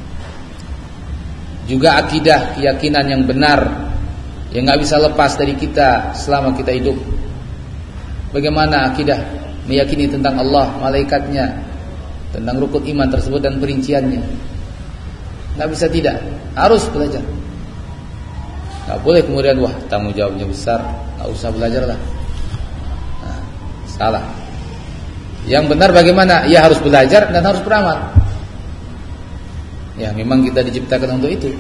Juga akidah, keyakinan yang benar yang enggak bisa lepas dari kita selama kita hidup. Bagaimana akidah meyakini tentang Allah, malaikatnya, tentang rukun iman tersebut dan perinciannya. Enggak bisa tidak, harus belajar. Enggak boleh kemudian wah tanggung jawabnya besar, enggak usah belajar lah. Nah, salah. Yang benar bagaimana? Ya harus belajar dan harus beramal. Ya memang kita diciptakan untuk itu.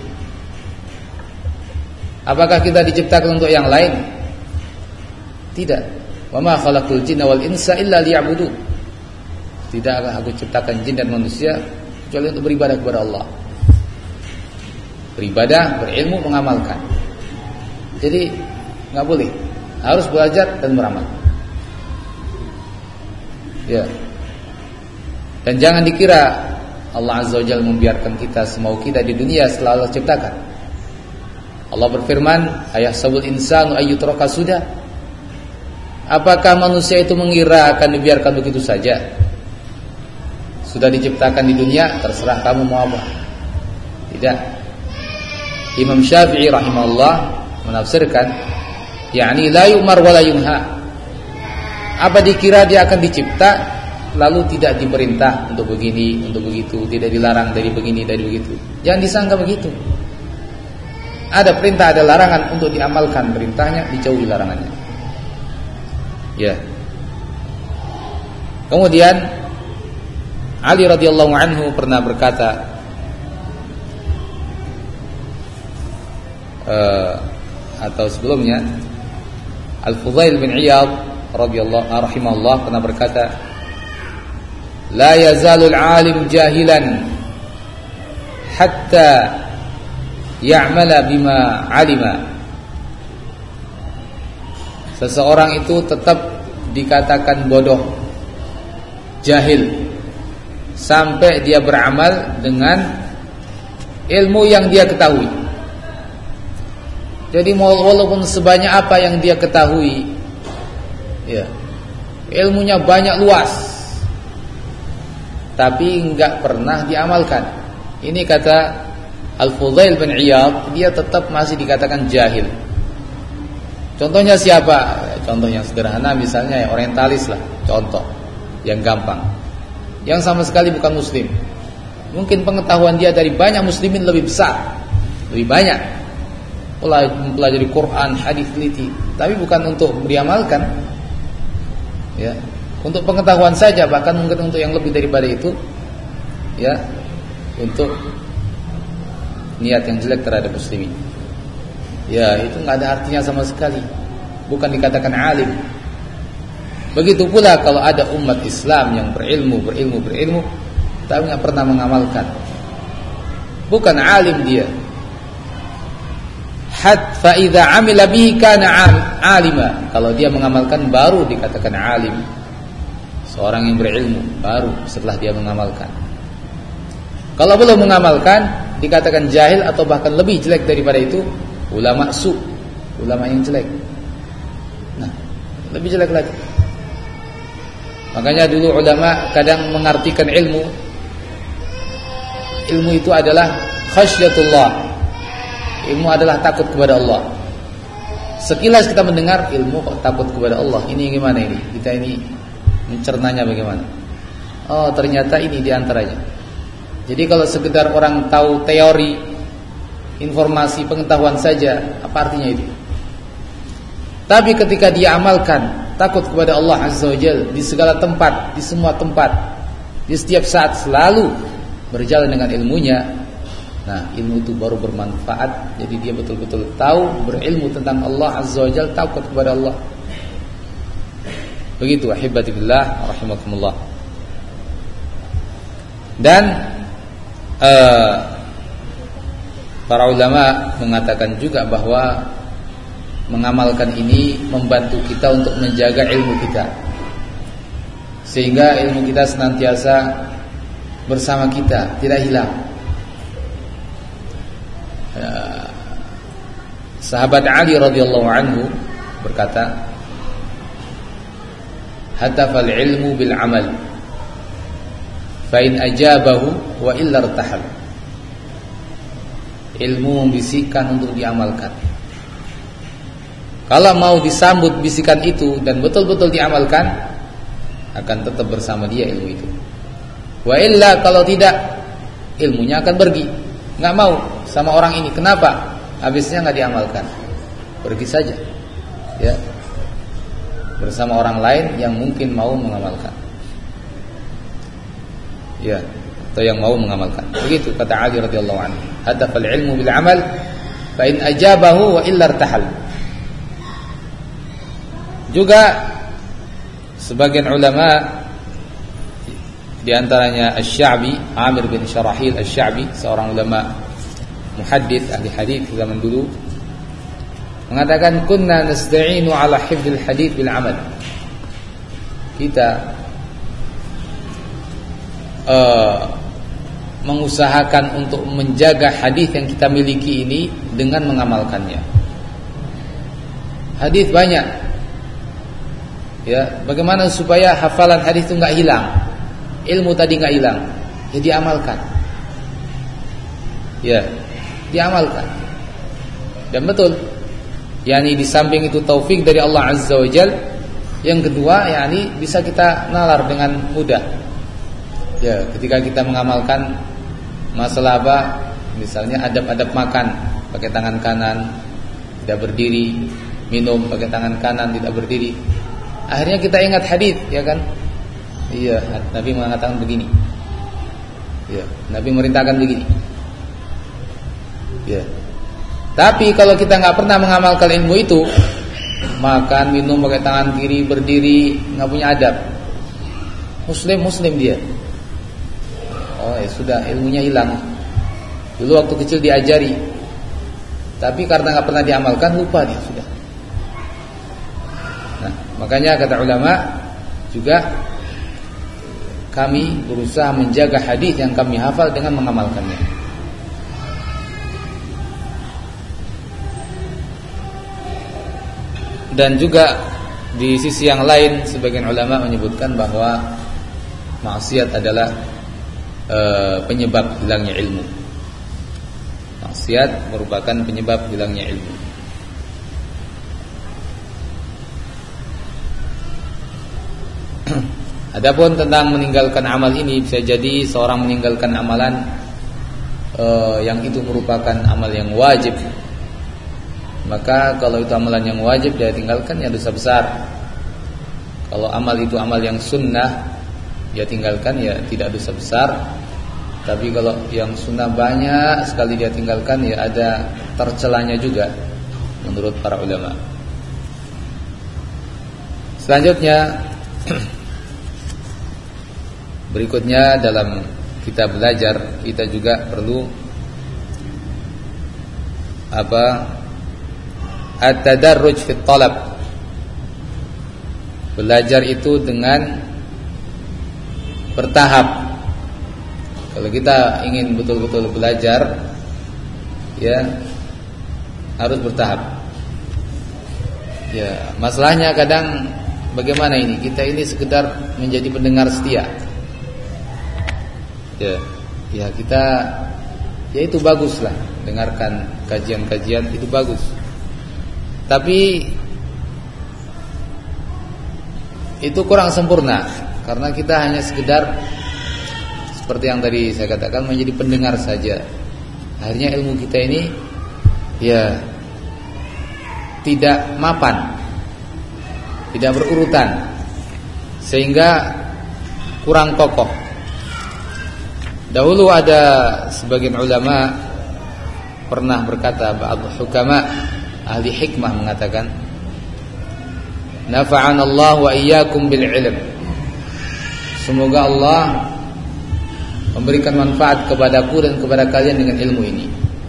Apakah kita diciptakan untuk yang lain? Tidak. Wa ma khalaqul jinna wal insa illa liya'budun. Tidaklah aku ciptakan jin dan manusia kecuali untuk beribadah kepada Allah. Beribadah, berilmu, mengamalkan. Jadi enggak boleh, harus belajar dan beramal. Ya. Dan jangan dikira Allah Azza wa Jalla membiarkan kita semau kita di dunia setelah Allah ciptakan. Allah berfirman, "Ayahsabul insanu ayyutraka sudah?" Apakah manusia itu mengira akan dibiarkan begitu saja? Sudah diciptakan di dunia, terserah kamu mau apa. Tidak. Imam Syafi'i rahimahullah menafsirkan, yakni la yu'mar wa la yunha. Apa dikira dia akan dicipta lalu tidak diperintah untuk begini, untuk begitu, tidak dilarang dari begini, dari begitu. Jangan disangka begitu. Ada perintah, ada larangan, untuk diamalkan perintahnya, dijauhi larangannya. Ya. Kemudian Ali radhiyallahu anhu pernah berkata, uh, atau sebelumnya Al-Fudail bin Iyad radhiyallahu rahimahullah pernah berkata, la yazalul alim jahilan hatta ya'mala bima alima. Seseorang itu tetap dikatakan bodoh, jahil, sampai dia beramal dengan ilmu yang dia ketahui. Jadi walaupun sebanyak apa yang dia ketahui, ya, ilmunya banyak luas, tapi enggak pernah diamalkan. Ini kata Al-Fudail bin Iyad, dia tetap masih dikatakan jahil. Contohnya siapa? Contoh yang sederhana misalnya ya, orientalis lah, contoh yang gampang, yang sama sekali bukan muslim. Mungkin pengetahuan dia dari banyak muslimin lebih besar, lebih banyak, mempelajari Quran, hadis teliti, tapi bukan untuk diamalkan, ya, untuk pengetahuan saja, bahkan mungkin untuk yang lebih daripada itu, ya, untuk niat yang jelek terhadap muslimin. Ya, itu nggak ada artinya sama sekali, bukan dikatakan alim. Begitu pula kalau ada umat Islam yang berilmu, berilmu, berilmu, tapi nggak pernah mengamalkan, bukan alim dia. Hat fa idza amila bihi kana alima. Kalau dia mengamalkan baru dikatakan alim. Seorang yang berilmu baru setelah dia mengamalkan. Kalau belum mengamalkan dikatakan jahil, atau bahkan lebih jelek daripada itu, ulama su, ulama yang jelek. Nah, lebih jelek lagi. Makanya dulu ulama kadang mengartikan ilmu, ilmu itu adalah khasyatullah. Ilmu adalah takut kepada Allah. Sekilas kita mendengar ilmu kok takut kepada Allah, ini gimana ini? Kita ini mencernanya bagaimana? Oh, ternyata ini diantaranya. Jadi kalau sekedar orang tahu teori, informasi, pengetahuan saja, apa artinya itu? Tapi ketika dia amalkan, takut kepada Allah Azza wa Jalla di segala tempat, di semua tempat, di setiap saat, selalu berjalan dengan ilmunya, nah, ilmu itu baru bermanfaat. Jadi dia betul-betul tahu, berilmu tentang Allah Azza wa Jalla, takut kepada Allah. Begitu, ahibati billah rahimakumullah. Dan uh, para ulama mengatakan juga bahwa mengamalkan ini membantu kita untuk menjaga ilmu kita, sehingga ilmu kita senantiasa bersama kita, tidak hilang. uh, Sahabat Ali radhiyallahu anhu berkata, hatafal ilmu bil amal, fa in ajabahu wa illa irtahal. Ilmu membisikkan untuk diamalkan. Kalau mau disambut bisikan itu dan betul-betul diamalkan, akan tetap bersama dia ilmu itu. Wa illa, kalau tidak, ilmunya akan pergi. Nggak mau sama orang ini. Kenapa? Habisnya nggak diamalkan, pergi saja, ya, bersama orang lain yang mungkin mau mengamalkan, ya, atau yang mau mengamalkan. Begitu kata Ali radhiyallahu anhu, hadafal ilmu bil amal, fa in ajabahu wa illa irtahal. Juga sebagian ulama, di antaranya Asy-Sya'bi, Amir bin Syarahil Asy-Sya'bi, seorang ulama muhaddits, ahli hadits zaman dulu, mengatakan kunna nasta'inu ala hifdzil hadits bil amal. Kita uh, mengusahakan untuk menjaga hadis yang kita miliki ini dengan mengamalkannya. Hadis banyak, ya, bagaimana supaya hafalan hadis itu enggak hilang, ilmu tadi enggak hilang, ya diamalkan, ya, diamalkan. Dan betul, yakni di samping itu taufik dari Allah Azza wa Jal, yang kedua yakni bisa kita nalar dengan mudah. Ya, ketika kita mengamalkan masalah apa? Misalnya adab-adab makan pakai tangan kanan, tidak berdiri, minum pakai tangan kanan, tidak berdiri. Akhirnya kita ingat hadis, ya kan? Iya, Nabi mengatakan begini. Ya, Nabi merintahkan begini. Ya. Tapi kalau kita nggak pernah mengamalkan ilmu itu, makan, minum pakai tangan kiri, berdiri, nggak punya adab. Muslim Muslim dia. Oh, ya sudah, ilmunya hilang. Dulu waktu kecil diajari, tapi karena nggak pernah diamalkan, lupa dia sudah. Nah, makanya kata ulama juga, kami berusaha menjaga hadis yang kami hafal dengan mengamalkannya. Dan juga di sisi yang lain, sebagian ulama menyebutkan bahwa maksiat adalah e, penyebab hilangnya ilmu. Maksiat merupakan penyebab hilangnya ilmu. Adapun tentang meninggalkan amal ini, bisa jadi seorang meninggalkan amalan e, yang itu merupakan amal yang wajib. Maka kalau itu amalan yang wajib dia tinggalkan, ya dosa besar. Kalau amal itu amal yang sunnah, dia tinggalkan, ya tidak dosa besar. Tapi kalau yang sunnah banyak sekali dia tinggalkan, ya ada tercelanya juga menurut para ulama. Selanjutnya, berikutnya dalam kita belajar, kita juga perlu apa? At-tadarruj fi talab. Belajar itu dengan bertahap. Kalau kita ingin betul-betul belajar, ya harus bertahap. Ya, masalahnya kadang bagaimana ini? Kita ini sekedar menjadi pendengar setia. Ya, ya kita, ya itu baguslah, dengarkan kajian-kajian itu bagus. Tapi itu kurang sempurna, karena kita hanya sekedar seperti yang tadi saya katakan, menjadi pendengar saja. Akhirnya ilmu kita ini ya tidak mapan, tidak berurutan, sehingga kurang kokoh. Dahulu ada sebagian ulama pernah berkata, ba'd hukama, ahli hikmah mengatakan, nafa'ana Allah wa iyyakum bil ilm. Semoga Allah memberikan manfaat kepadaku dan kepada kalian dengan ilmu ini.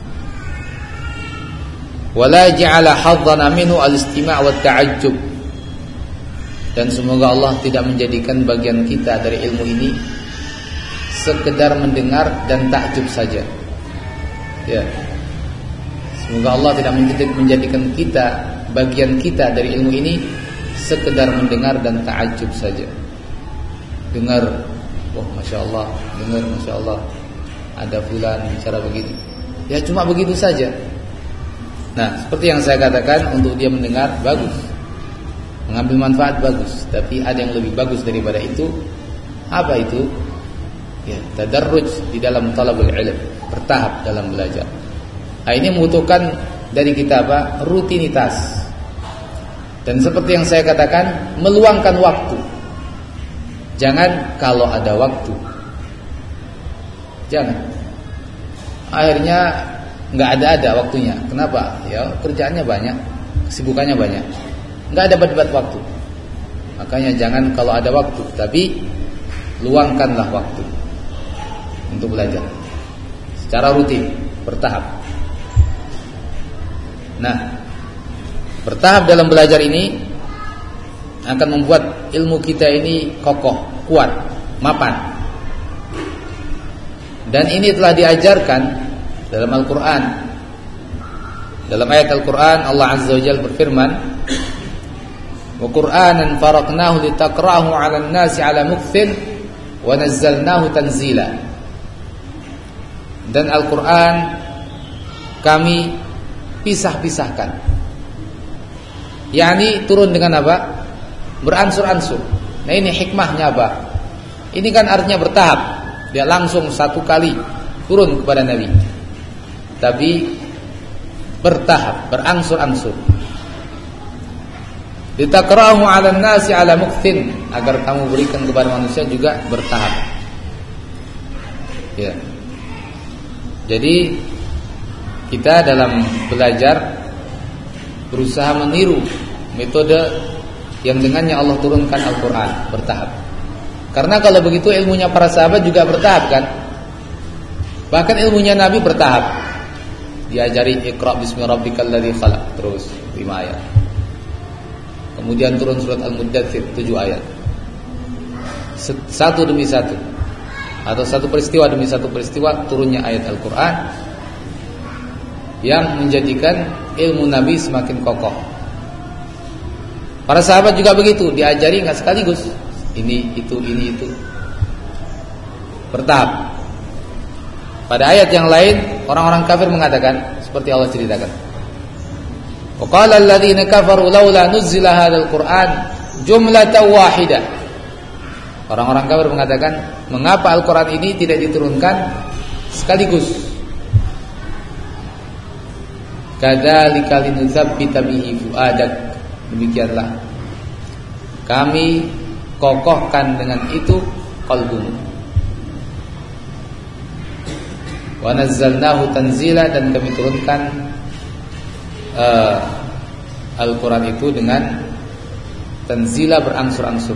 Wala ja'ala hadzana minhu al-istima' wa ta'ajjub. Dan semoga Allah tidak menjadikan bagian kita dari ilmu ini sekedar mendengar dan takjub saja. Ya. Semoga Allah tidak menjadikan kita, bagian kita dari ilmu ini sekedar mendengar dan ta'ajub saja. Dengar, wah Masya Allah, dengar Masya Allah, ada fulan bicara begini. Ya cuma begitu saja. Nah, seperti yang saya katakan, untuk dia mendengar bagus, mengambil manfaat bagus. Tapi ada yang lebih bagus daripada itu. Apa itu? Ya, tadarruj di dalam talabul ilm, bertahap dalam belajar. Nah, ini membutuhkan dari kita apa? Rutinitas. Dan seperti yang saya katakan, meluangkan waktu. Jangan kalau ada waktu. Jangan. Akhirnya nggak ada-ada waktunya. Kenapa? Ya kerjaannya banyak, kesibukannya banyak, nggak ada debat waktu. Makanya jangan kalau ada waktu, tapi luangkanlah waktu untuk belajar secara rutin, bertahap. Nah, bertahap dalam belajar ini akan membuat ilmu kita ini kokoh, kuat, mapan. Dan ini telah diajarkan dalam Al-Quran. Dalam ayat Al-Quran Allah Azza wa Jalla berfirman, wa Qur'anan faraqnahu litaqra'ahu 'alan nasi 'ala mukthin wa nazzalnahu tanzila. Dan Al-Quran kami dipisah-pisahkan. Yani turun dengan apa? Beransur-ansur. Nah ini hikmahnya apa? Ini kan artinya bertahap. Dia langsung satu kali turun kepada Nabi, tapi bertahap, berangsur-ansur. Litaqra'ahu 'alan nasi 'ala muqtin, agar kamu berikan kepada manusia juga bertahap. Ya. Jadi kita dalam belajar berusaha meniru metode yang dengannya Allah turunkan Al-Quran bertahap. Karena kalau begitu ilmunya para sahabat juga bertahap kan. Bahkan ilmunya Nabi bertahap. Diajari Iqra bismi rabbikal ladzi khalaq, terus lima ayat. Kemudian turun surat Al-Muddatsir tujuh ayat. Satu demi satu, atau satu peristiwa demi satu peristiwa turunnya ayat Al-Quran yang menjadikan ilmu Nabi semakin kokoh. Para sahabat juga begitu, diajari enggak sekaligus. Ini itu ini itu. Bertahap. Pada ayat yang lain orang-orang kafir mengatakan seperti Allah ceritakan. Wa qala alladziina kafaru laula nuzzila hadzal Qur'an jumlatan wahidah. Orang-orang kafir mengatakan, mengapa Al-Qur'an ini tidak diturunkan sekaligus? Kadzalika linutsabbita bihi fuadak. Demikianlah kami kokohkan dengan itu qalbumu. Wa nazzalnahu tanzila, dan kami turunkan uh, Al-Quran itu dengan tanzila, berangsur-angsur.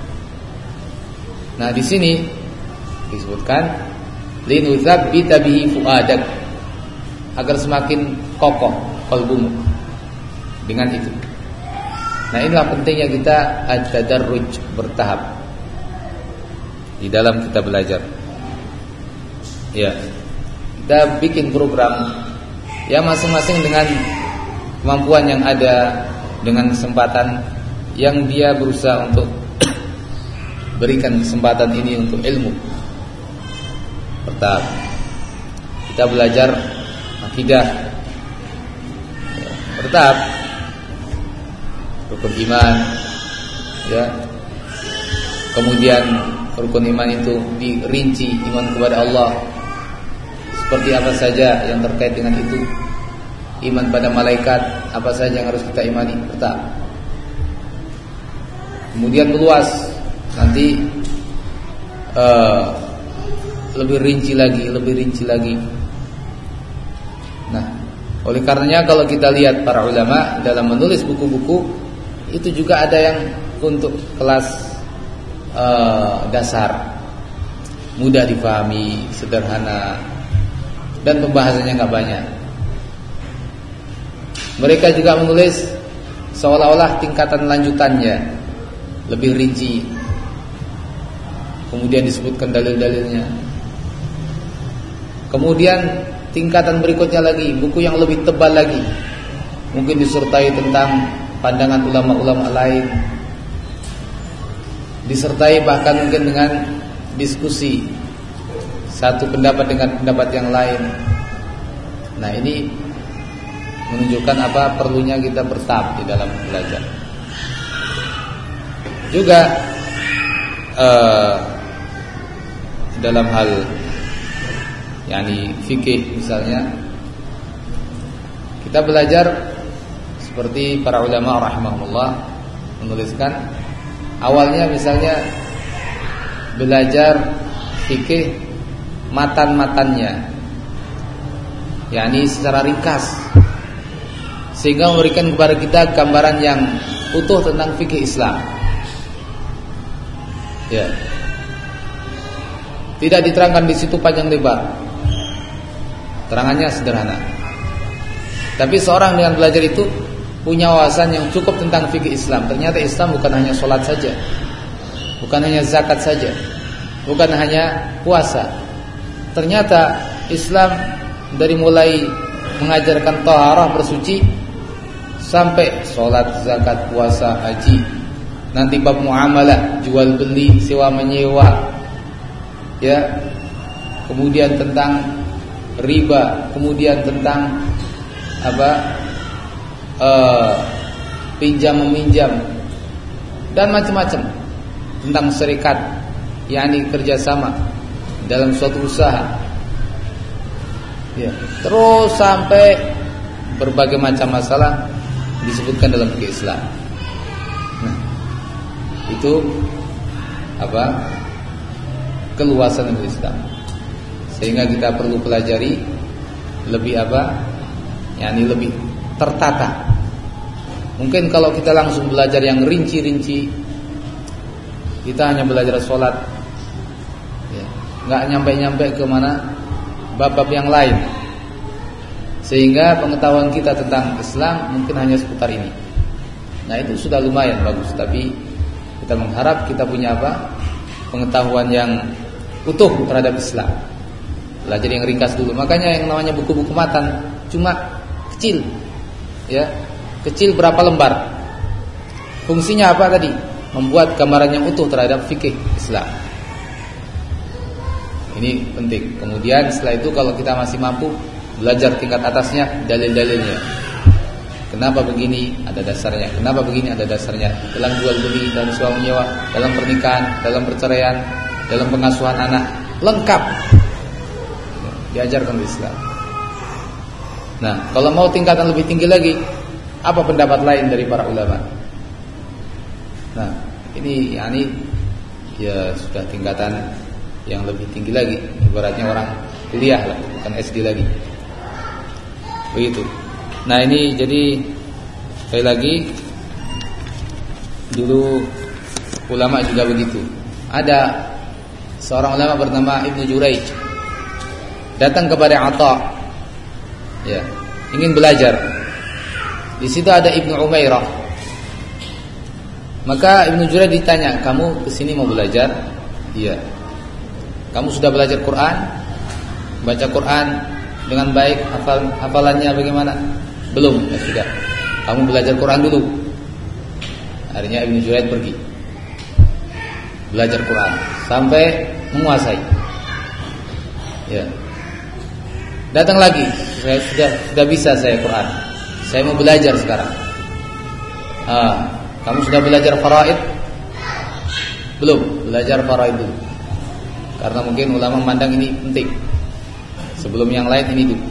Nah di sini disebutkan linutsabbita bihi fuadak, agar semakin kokoh qalbumu dengan itu. Nah inilah pentingnya kita at-tadarruj, bertahap di dalam kita belajar. Ya, kita bikin program ya masing-masing dengan kemampuan yang ada, dengan kesempatan yang dia berusaha untuk berikan kesempatan ini untuk ilmu. Bertahap. Kita belajar akidah, ya, bertahap. Rukun iman, ya. Kemudian rukun iman itu dirinci, iman kepada Allah seperti apa saja yang terkait dengan itu. Iman pada malaikat, apa saja yang harus kita imani, bertahap. Kemudian meluas, nanti uh, lebih rinci lagi, lebih rinci lagi. Nah, oleh karenanya kalau kita lihat para ulama dalam menulis buku-buku, itu juga ada yang untuk kelas uh, dasar, mudah dipahami, sederhana, dan pembahasannya nggak banyak. Mereka juga menulis seolah-olah tingkatan lanjutannya, lebih rinci. Kemudian disebutkan dalil-dalilnya. Kemudian tingkatan berikutnya lagi, buku yang lebih tebal lagi, mungkin disertai tentang pandangan ulama-ulama lain, disertai bahkan mungkin dengan diskusi satu pendapat dengan pendapat yang lain. Nah ini menunjukkan apa perlunya kita bertahap di dalam belajar. Juga uh, dalam hal yakni fikih misalnya, kita belajar seperti para ulama rahimahullah menuliskan, awalnya misalnya belajar fikih matan-matannya, yakni secara ringkas, sehingga memberikan kepada kita gambaran yang utuh tentang fikih Islam. Ya, tidak diterangkan di situ panjang lebar, terangannya sederhana. Tapi seorang dengan belajar itu punya wawasan yang cukup tentang fikih Islam. Ternyata Islam bukan hanya sholat saja, bukan hanya zakat saja, bukan hanya puasa. Ternyata Islam dari mulai mengajarkan taharah, bersuci, sampai sholat, zakat, puasa, haji. Nanti bab muamalah, jual beli, sewa menyewa, ya. Kemudian tentang riba, kemudian tentang apa uh, pinjam meminjam dan macam-macam tentang syarikat, yakni kerjasama dalam suatu usaha, ya, terus sampai berbagai macam masalah disebutkan dalam fikih Islam. Nah, itu apa keluasan Islam, sehingga kita perlu pelajari lebih apa, yakni lebih tertata. Mungkin kalau kita langsung belajar yang rinci-rinci, kita hanya belajar sholat, ya, nggak nyampe-nyampe ke mana bab-bab yang lain, sehingga pengetahuan kita tentang Islam mungkin hanya seputar ini. Nah, itu sudah lumayan bagus, tapi kita mengharap kita punya apa, pengetahuan yang utuh terhadap Islam. Belajar yang ringkas dulu. Makanya yang namanya buku-buku matan cuma kecil, ya, kecil berapa lembar. Fungsinya apa tadi? Membuat gambaran yang utuh terhadap fikih Islam. Ini penting. Kemudian setelah itu kalau kita masih mampu, belajar tingkat atasnya, dalil-dalilnya. Kenapa begini? Ada dasarnya. Kenapa begini? Ada dasarnya. Dalam jual beli, dalam sewa menyewa, dalam pernikahan, dalam perceraian, dalam pengasuhan anak, lengkap diajarkan Islam. Nah, kalau mau tingkatan lebih tinggi lagi, apa pendapat lain dari para ulama? Nah, ini yakni ya sudah tingkatan yang lebih tinggi lagi, ibaratnya orang kuliah lah, bukan S D lagi. Begitu. Nah, ini jadi sekali lagi dulu ulama juga begitu. Ada seorang ulama bernama Ibnu Jurayj datang kepada Atha, ya, ingin belajar. Di situ ada Ibnu Umairah. Maka Ibnu Jurayj ditanya, "Kamu kesini mau belajar?" "Iya." "Kamu sudah belajar Quran? Baca Quran dengan baik? Hafal hafalannya bagaimana?" "Belum." "Ya sudah. Kamu belajar Quran dulu." Akhirnya Ibnu Jurayj pergi belajar Quran sampai menguasai. Ya. Datang lagi, "Saya sudah sudah bisa saya Quran. Saya mau belajar sekarang." "Ah, kamu sudah belajar faraid?" "Belum." "Belajar faraid dulu." Karena mungkin ulama memandang ini penting. Sebelum yang lain ini dulu.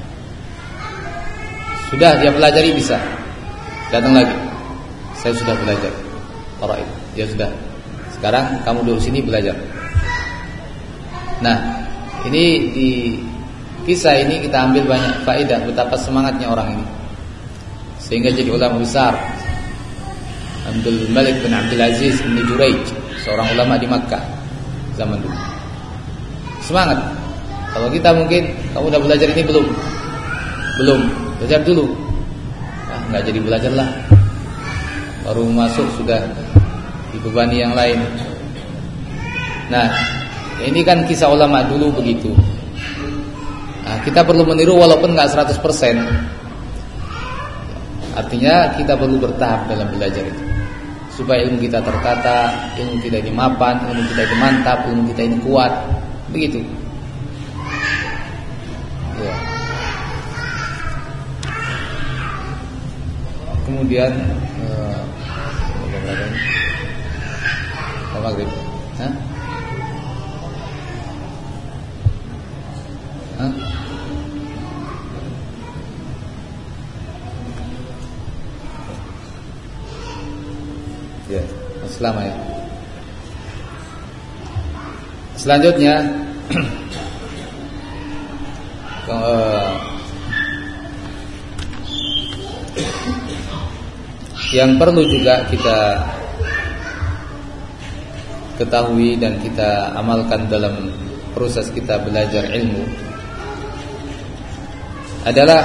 Sudah dia pelajari bisa. Datang lagi. "Saya sudah belajar faraid." "Ya sudah. Sekarang kamu duduk sini belajar." Nah, ini di kisah ini kita ambil banyak faedah betapa semangatnya orang ini, sehingga jadi ulama besar. Abdul Malik bin Abdul Aziz bin Jurayj, seorang ulama di Makkah zaman dulu. Semangat. Kalau kita mungkin, "Kamu udah belajar ini belum?" "Belum." "Belajar dulu." "Ah, nggak jadi belajar lah. Baru masuk sudah dibebani yang lain." Nah, ini kan kisah ulama dulu begitu. Nah, kita perlu meniru walaupun nggak seratus persen. Artinya kita perlu bertahap dalam belajar itu, supaya ilmu kita tertata, ilmu kita ini mapan, ilmu kita ini mantap, ilmu kita ini kuat. Begitu. Ya. Kemudian uh, apa maghrib? Hah? Hah? Ya, selama ya. Selanjutnya uh, yang perlu juga kita ketahui dan kita amalkan dalam proses kita belajar ilmu adalah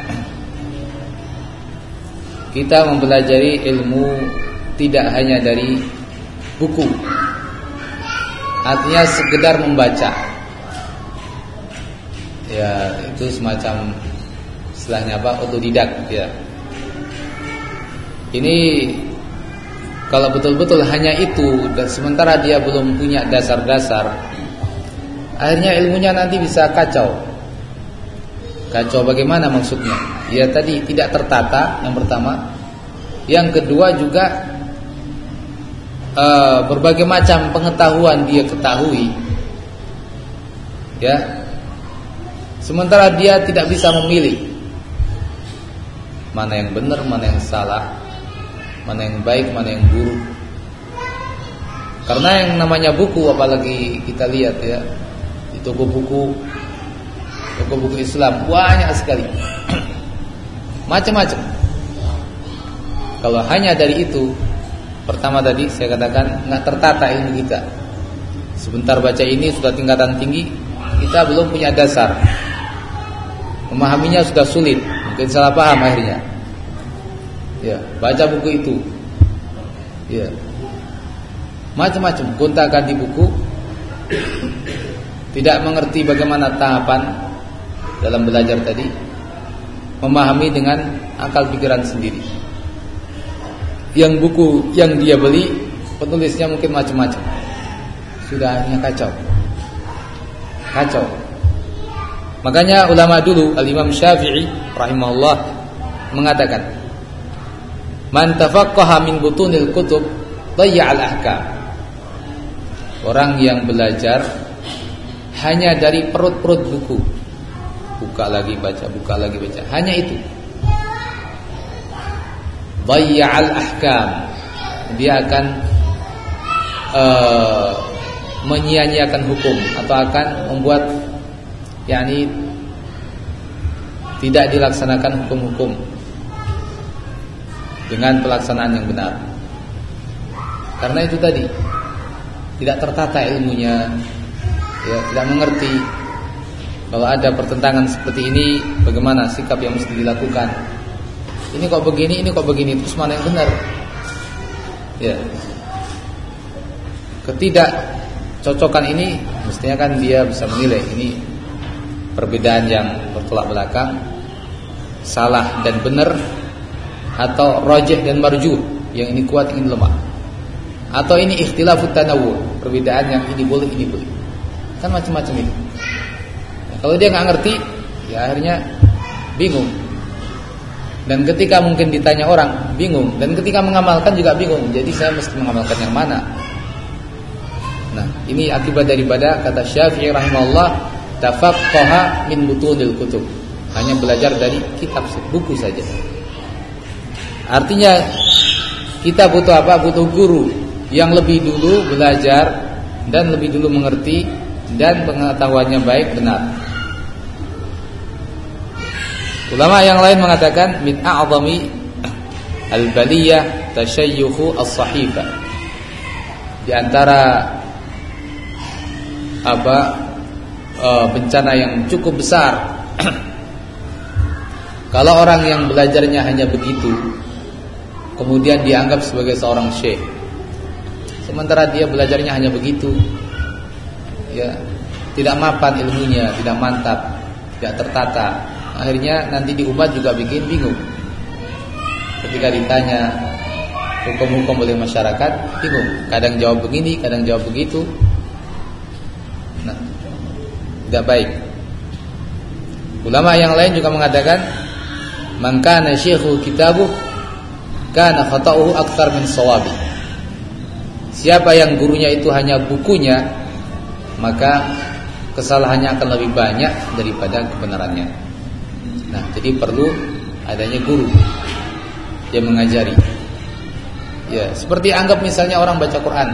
kita mempelajari ilmu tidak hanya dari buku, artinya sekedar membaca. Ya, itu semacam istilahnya apa? Otodidak, ya. Ini kalau betul-betul hanya itu dan sementara dia belum punya dasar-dasar, akhirnya ilmunya nanti bisa kacau. Kacau bagaimana maksudnya? Ya tadi tidak tertata yang pertama. Yang kedua juga uh, berbagai macam pengetahuan dia ketahui. Ya. Sementara dia tidak bisa memilih mana yang benar, mana yang salah, mana yang baik, mana yang buruk. Karena yang namanya buku, apalagi kita lihat ya di toko buku, toko buku Islam banyak sekali, macam-macam. Kalau hanya dari itu, pertama tadi saya katakan nggak tertata ilmu kita. Sebentar baca ini sudah tingkatan tinggi, kita belum punya dasar, memahaminya sudah sulit, mungkin salah paham akhirnya. Ya, baca buku itu, ya, macam-macam, gonta-ganti buku, tidak mengerti bagaimana tahapan dalam belajar tadi, memahami dengan akal pikiran sendiri. Yang buku yang dia beli, penulisnya mungkin macam-macam, sudah akhirnya kacau, kacau. Makanya ulama dulu, Al-Imam Syafi'i rahimahullah mengatakan, man tafaqqaha min butunil kutub dhayya'al ahkam. Orang yang belajar hanya dari perut-perut buku, buka lagi baca, buka lagi baca, hanya itu, dhayya'al ahkam, dia akan uh, menyia-nyiakan hukum, atau akan membuat yakni tidak dilaksanakan hukum-hukum dengan pelaksanaan yang benar. Karena itu tadi tidak tertata ilmunya, ya, tidak mengerti kalau ada pertentangan seperti ini, bagaimana sikap yang mesti dilakukan. Ini kok begini, ini kok begini, terus mana yang benar? Ya, ketidakcocokan ini mestinya kan dia bisa menilai ini perbedaan yang bertolak belakang, salah dan benar, atau rajih dan marjuh, yang ini kuat, ini lemah, atau ini ikhtilafut tanawwu, perbedaan yang ini boleh, ini boleh, kan macam-macam itu. Nah, kalau dia nggak ngerti, ya akhirnya bingung. Dan ketika mungkin ditanya orang, bingung. Dan ketika mengamalkan juga bingung. Jadi saya mesti mengamalkan yang mana? Nah, ini akibat daripada kata Syafi'i rahimahullah, tafaqqaha min butunil kutub, hanya belajar dari kitab, buku saja. Artinya kita butuh apa? Butuh guru yang lebih dulu belajar dan lebih dulu mengerti dan pengetahuannya baik, benar. Ulama yang lain mengatakan min a'zami al-baliyah tashayyukhu as-sahifa. Di antara apa e, bencana yang cukup besar kalau orang yang belajarnya hanya begitu, kemudian dianggap sebagai seorang syekh, sementara dia belajarnya hanya begitu, ya, tidak mapan ilmunya, tidak mantap, tidak tertata. Akhirnya nanti di umat juga bikin bingung. Ketika ditanya hukum-hukum oleh masyarakat, bingung. Kadang jawab begini, kadang jawab begitu. Nah, tidak baik. Ulama yang lain juga mengatakan, man kana syekhu kitabuh kana khata'uhu aktsar min shawabi. Siapa yang gurunya itu hanya bukunya, maka kesalahannya akan lebih banyak daripada kebenarannya. Nah, jadi perlu adanya guru yang mengajari. Ya, seperti anggap misalnya orang baca Quran.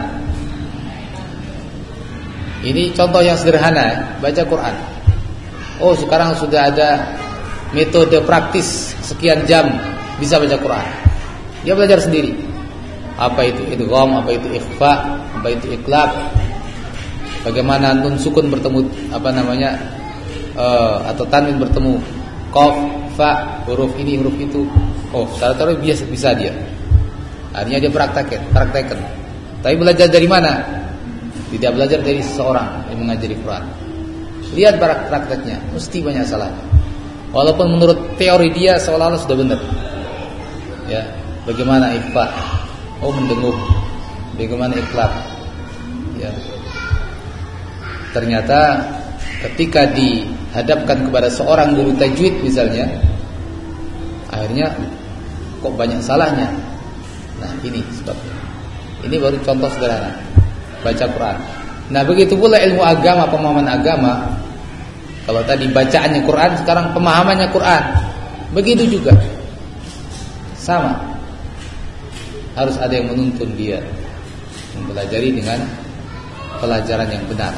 Ini contoh yang sederhana, baca Quran. Oh, sekarang sudah ada metode praktis sekian jam bisa baca Quran. Dia belajar sendiri. Apa itu idgham, apa itu ikhfa, apa itu iqlab. Bagaimana nun sukun bertemu apa namanya uh, atau tanwin bertemu qaf, fa, huruf ini, huruf itu. Oh, secara biasa bisa dia. Akhirnya dia praktekkan, praktekkan. Tapi belajar dari mana? Tidak belajar dari seseorang yang mengajari Quran. Lihat prakteknya, mesti banyak salah. Walaupun menurut teori dia seolah-olah sudah benar. Ya, bagaimana ikhfa? Oh, mendengung. Bagaimana iqlab? Ya. Ternyata ketika di hadapkan kepada seorang guru tajwid misalnya, akhirnya kok banyak salahnya. Nah, ini sebabnya. Ini baru contoh sederhana, baca Quran. Nah, begitu pula ilmu agama, pemahaman agama. Kalau tadi bacaannya Quran, sekarang pemahamannya Quran. Begitu juga, sama. Harus ada yang menuntun dia mempelajari dengan pelajaran yang benar.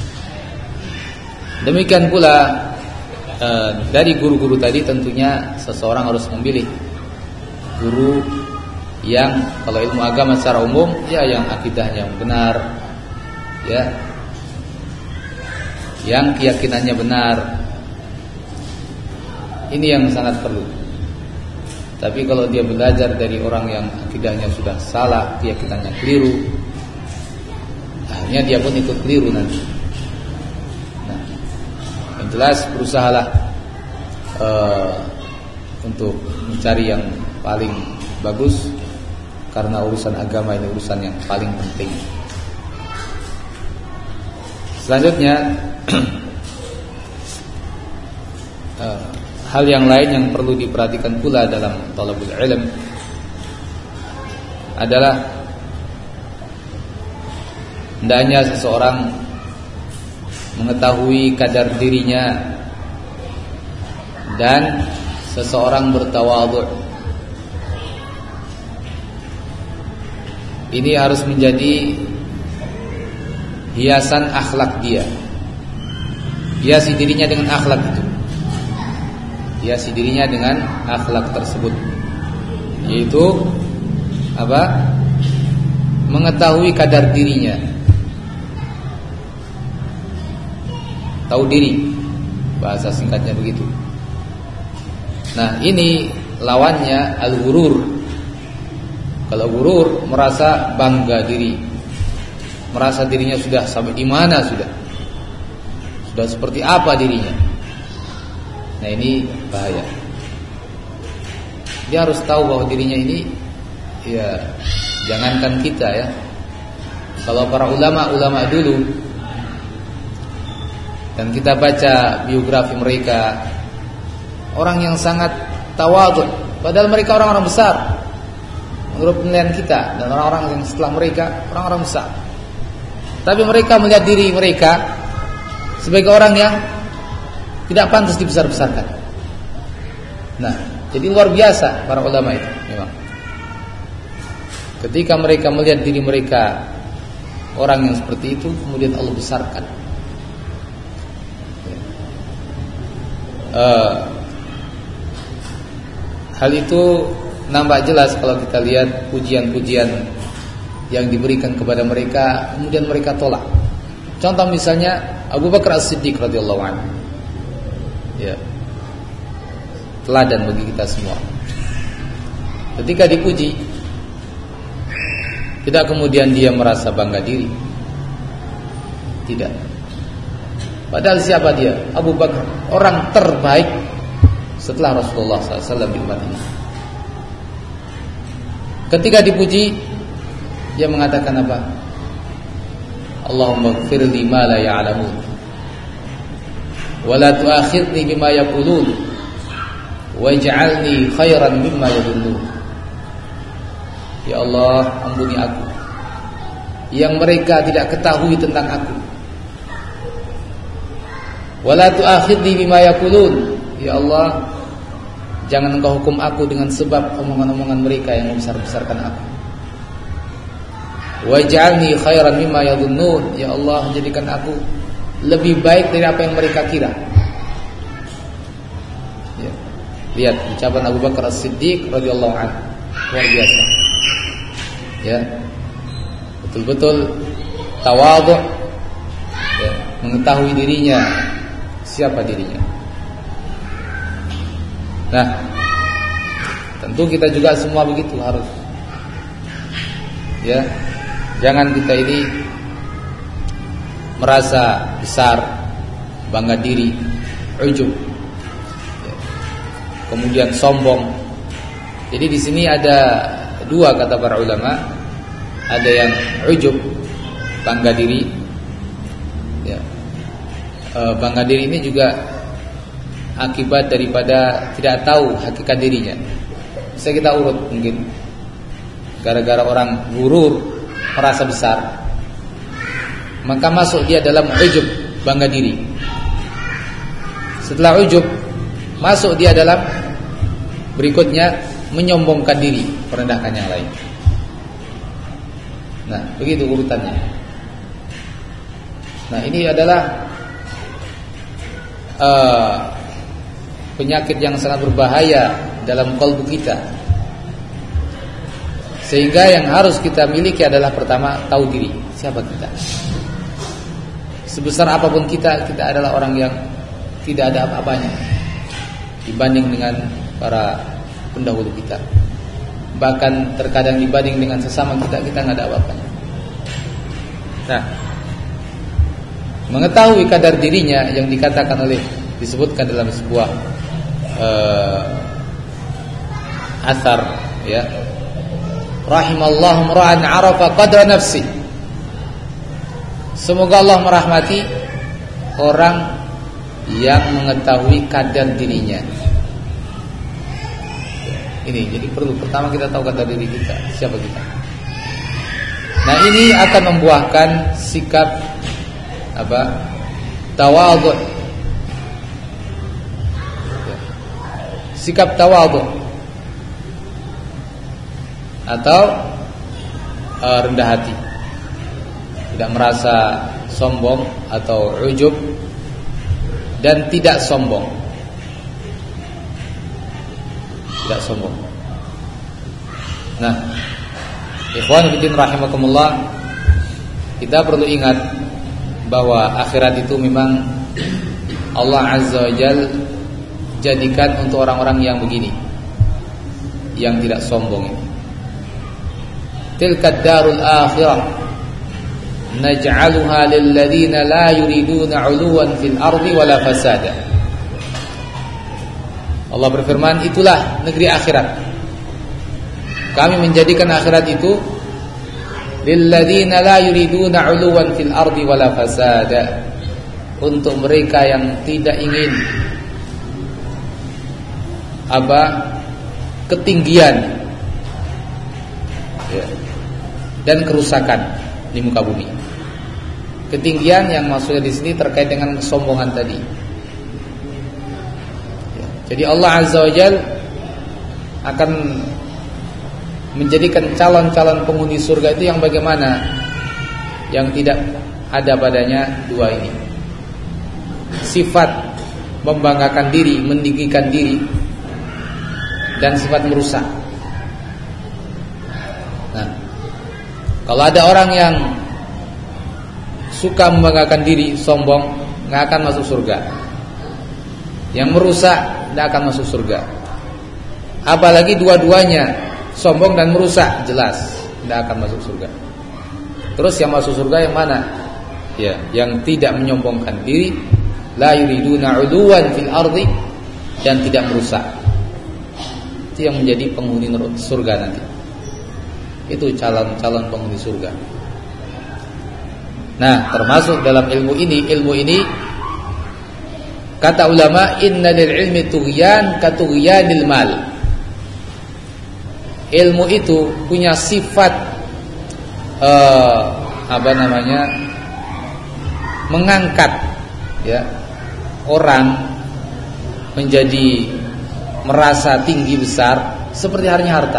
Demikian pula e, dari guru-guru tadi tentunya seseorang harus memilih guru yang kalau ilmu agama secara umum ya yang akidahnya yang benar, ya, yang keyakinannya benar. Ini yang sangat perlu. Tapi kalau dia belajar dari orang yang akidahnya sudah salah, keyakinannya keliru, akhirnya dia pun ikut keliru nanti. Nah, yang jelas berusahalah uh, untuk mencari yang paling bagus, karena urusan agama ini urusan yang paling penting. Selanjutnya uh, hal yang lain yang perlu diperhatikan pula dalam talabul ilm adalah hendaknya seseorang mengetahui kadar dirinya dan seseorang bertawadhu. Ini harus menjadi hiasan akhlak dia. Hiasi dirinya dengan akhlak itu. Hiasi dirinya dengan akhlak tersebut, yaitu apa? Mengetahui kadar dirinya, tahu diri, bahasa singkatnya begitu. Nah, ini lawannya al-ghurur. Kalau ghurur, merasa bangga diri, merasa dirinya sudah sampai di mana sudah, sudah seperti apa dirinya. Nah, ini bahaya. Dia harus tahu bahwa dirinya ini, ya, jangankan kita ya. Kalau para ulama-ulama dulu, dan kita baca biografi mereka, orang yang sangat tawadhu, padahal mereka orang-orang besar menurut penilaian kita, dan orang-orang yang setelah mereka orang-orang besar. Tapi mereka melihat diri mereka sebagai orang yang tidak pantas dibesar-besarkan. Nah, jadi luar biasa para ulama itu memang. Ketika mereka melihat diri mereka orang yang seperti itu, kemudian Allah besarkan. Uh, hal itu nampak jelas kalau kita lihat pujian-pujian yang diberikan kepada mereka, kemudian mereka tolak. Contoh misalnya Abu Bakar As-Siddiq radhiyallahu anhu. Ya, teladan bagi kita semua. Ketika dipuji, tidak kemudian dia merasa bangga diri. Tidak. Padahal siapa dia? Abu Bakar, orang terbaik setelah Rasulullah sallallahu alaihi wasallam di umat ini. Ketika dipuji, dia mengatakan apa? Allahumma ighfirli ma la ya'lamun, wala tu'akhidni bima yaqulun, waj'alni khairan mimma yadhunnun. Ya Allah, ampuni aku yang mereka tidak ketahui tentang aku. Wala tu'akhidni bima yaqulun. Ya Allah, jangan engkau hukum aku dengan sebab omongan-omongan mereka yang membesar-besarkan aku. Waj'alni khairan mimma yadhunnun. Ya Allah, jadikan aku lebih baik dari apa yang mereka kira. Ya. Lihat ucapan Abu Bakar As-Siddiq radhiyallahu anhu, luar biasa. Ya, betul-betul tawadhu, ya, mengetahui dirinya, siapa dirinya. Nah, tentu kita juga semua begitu harus. Ya, jangan kita ini merasa besar, bangga diri, ujub, ya, kemudian sombong. Jadi di sini ada dua kata para ulama, ada yang ujub, bangga diri. Ya, e, bangga diri ini juga akibat daripada tidak tahu hakikat dirinya. Bisa kita urut mungkin gara-gara orang gurur, merasa besar, maka masuk dia dalam ujub, bangga diri. Setelah ujub, masuk dia dalam berikutnya menyombongkan diri, merendahkan yang lain. Nah, begitu urutannya. Nah, ini adalah uh, penyakit yang sangat berbahaya dalam kalbu kita. Sehingga yang harus kita miliki adalah pertama, tahu diri, siapa kita. Sebesar apapun kita, kita adalah orang yang tidak ada apa-apanya dibanding dengan para pendahulu kita. Bahkan terkadang dibanding dengan sesama kita, kita tidak ada apa-apanya. Nah, mengetahui kadar dirinya yang dikatakan oleh, disebutkan dalam sebuah uh, athar, ya, rahimallahu mra'an 'arafa qadra nafsi. Semoga Allah merahmati orang yang mengetahui kadar dirinya. Ini jadi perlu pertama kita tahu kadar diri kita, siapa kita. Nah, ini akan membuahkan sikap apa? Tawadhu. Sikap tawadhu atau uh, rendah hati. Tidak merasa sombong atau ujub, dan tidak sombong. Tidak sombong. Nah, ikhwan fillah rahimakumullah, kita perlu ingat bahwa akhirat itu memang Allah Azza wa Jalla jadikan untuk orang-orang yang begini, yang tidak sombong. Tilka darul akhirah naj'aluha lil ladzina la yuriduna 'uluwan fil ardi wala fasada. Allah berfirman, itulah negeri akhirat. Kami menjadikan akhirat itu lil ladzina la yuriduna 'uluwan fil ardi wala fasada, untuk mereka yang tidak ingin apa ketinggian, ya, dan kerusakan di muka bumi. Ketinggian yang maksudnya di sini terkait dengan kesombongan tadi. Ya, jadi Allah Azza wa Jalla akan menjadikan calon-calon penghuni surga itu yang bagaimana? Yang tidak ada padanya dua ini. Sifat membanggakan diri, meninggikan diri, dan sifat merusak. Nah, kalau ada orang yang suka membanggakan diri, sombong, nggak akan masuk surga. Yang merusak nggak akan masuk surga. Apalagi dua-duanya, sombong dan merusak, jelas nggak akan masuk surga. Terus yang masuk surga yang mana? Ya, yang tidak menyombongkan diri, la yuriduna 'uluwan fil ardi, dan tidak merusak. Itu yang menjadi penghuni surga nanti. Itu calon-calon penghuni surga. Nah, termasuk dalam ilmu ini, ilmu ini kata ulama, inna lil ilmi tughyan ka tughyanil mal. Ilmu itu punya sifat uh, apa namanya? mengangkat, ya, orang menjadi merasa tinggi besar seperti halnya harta.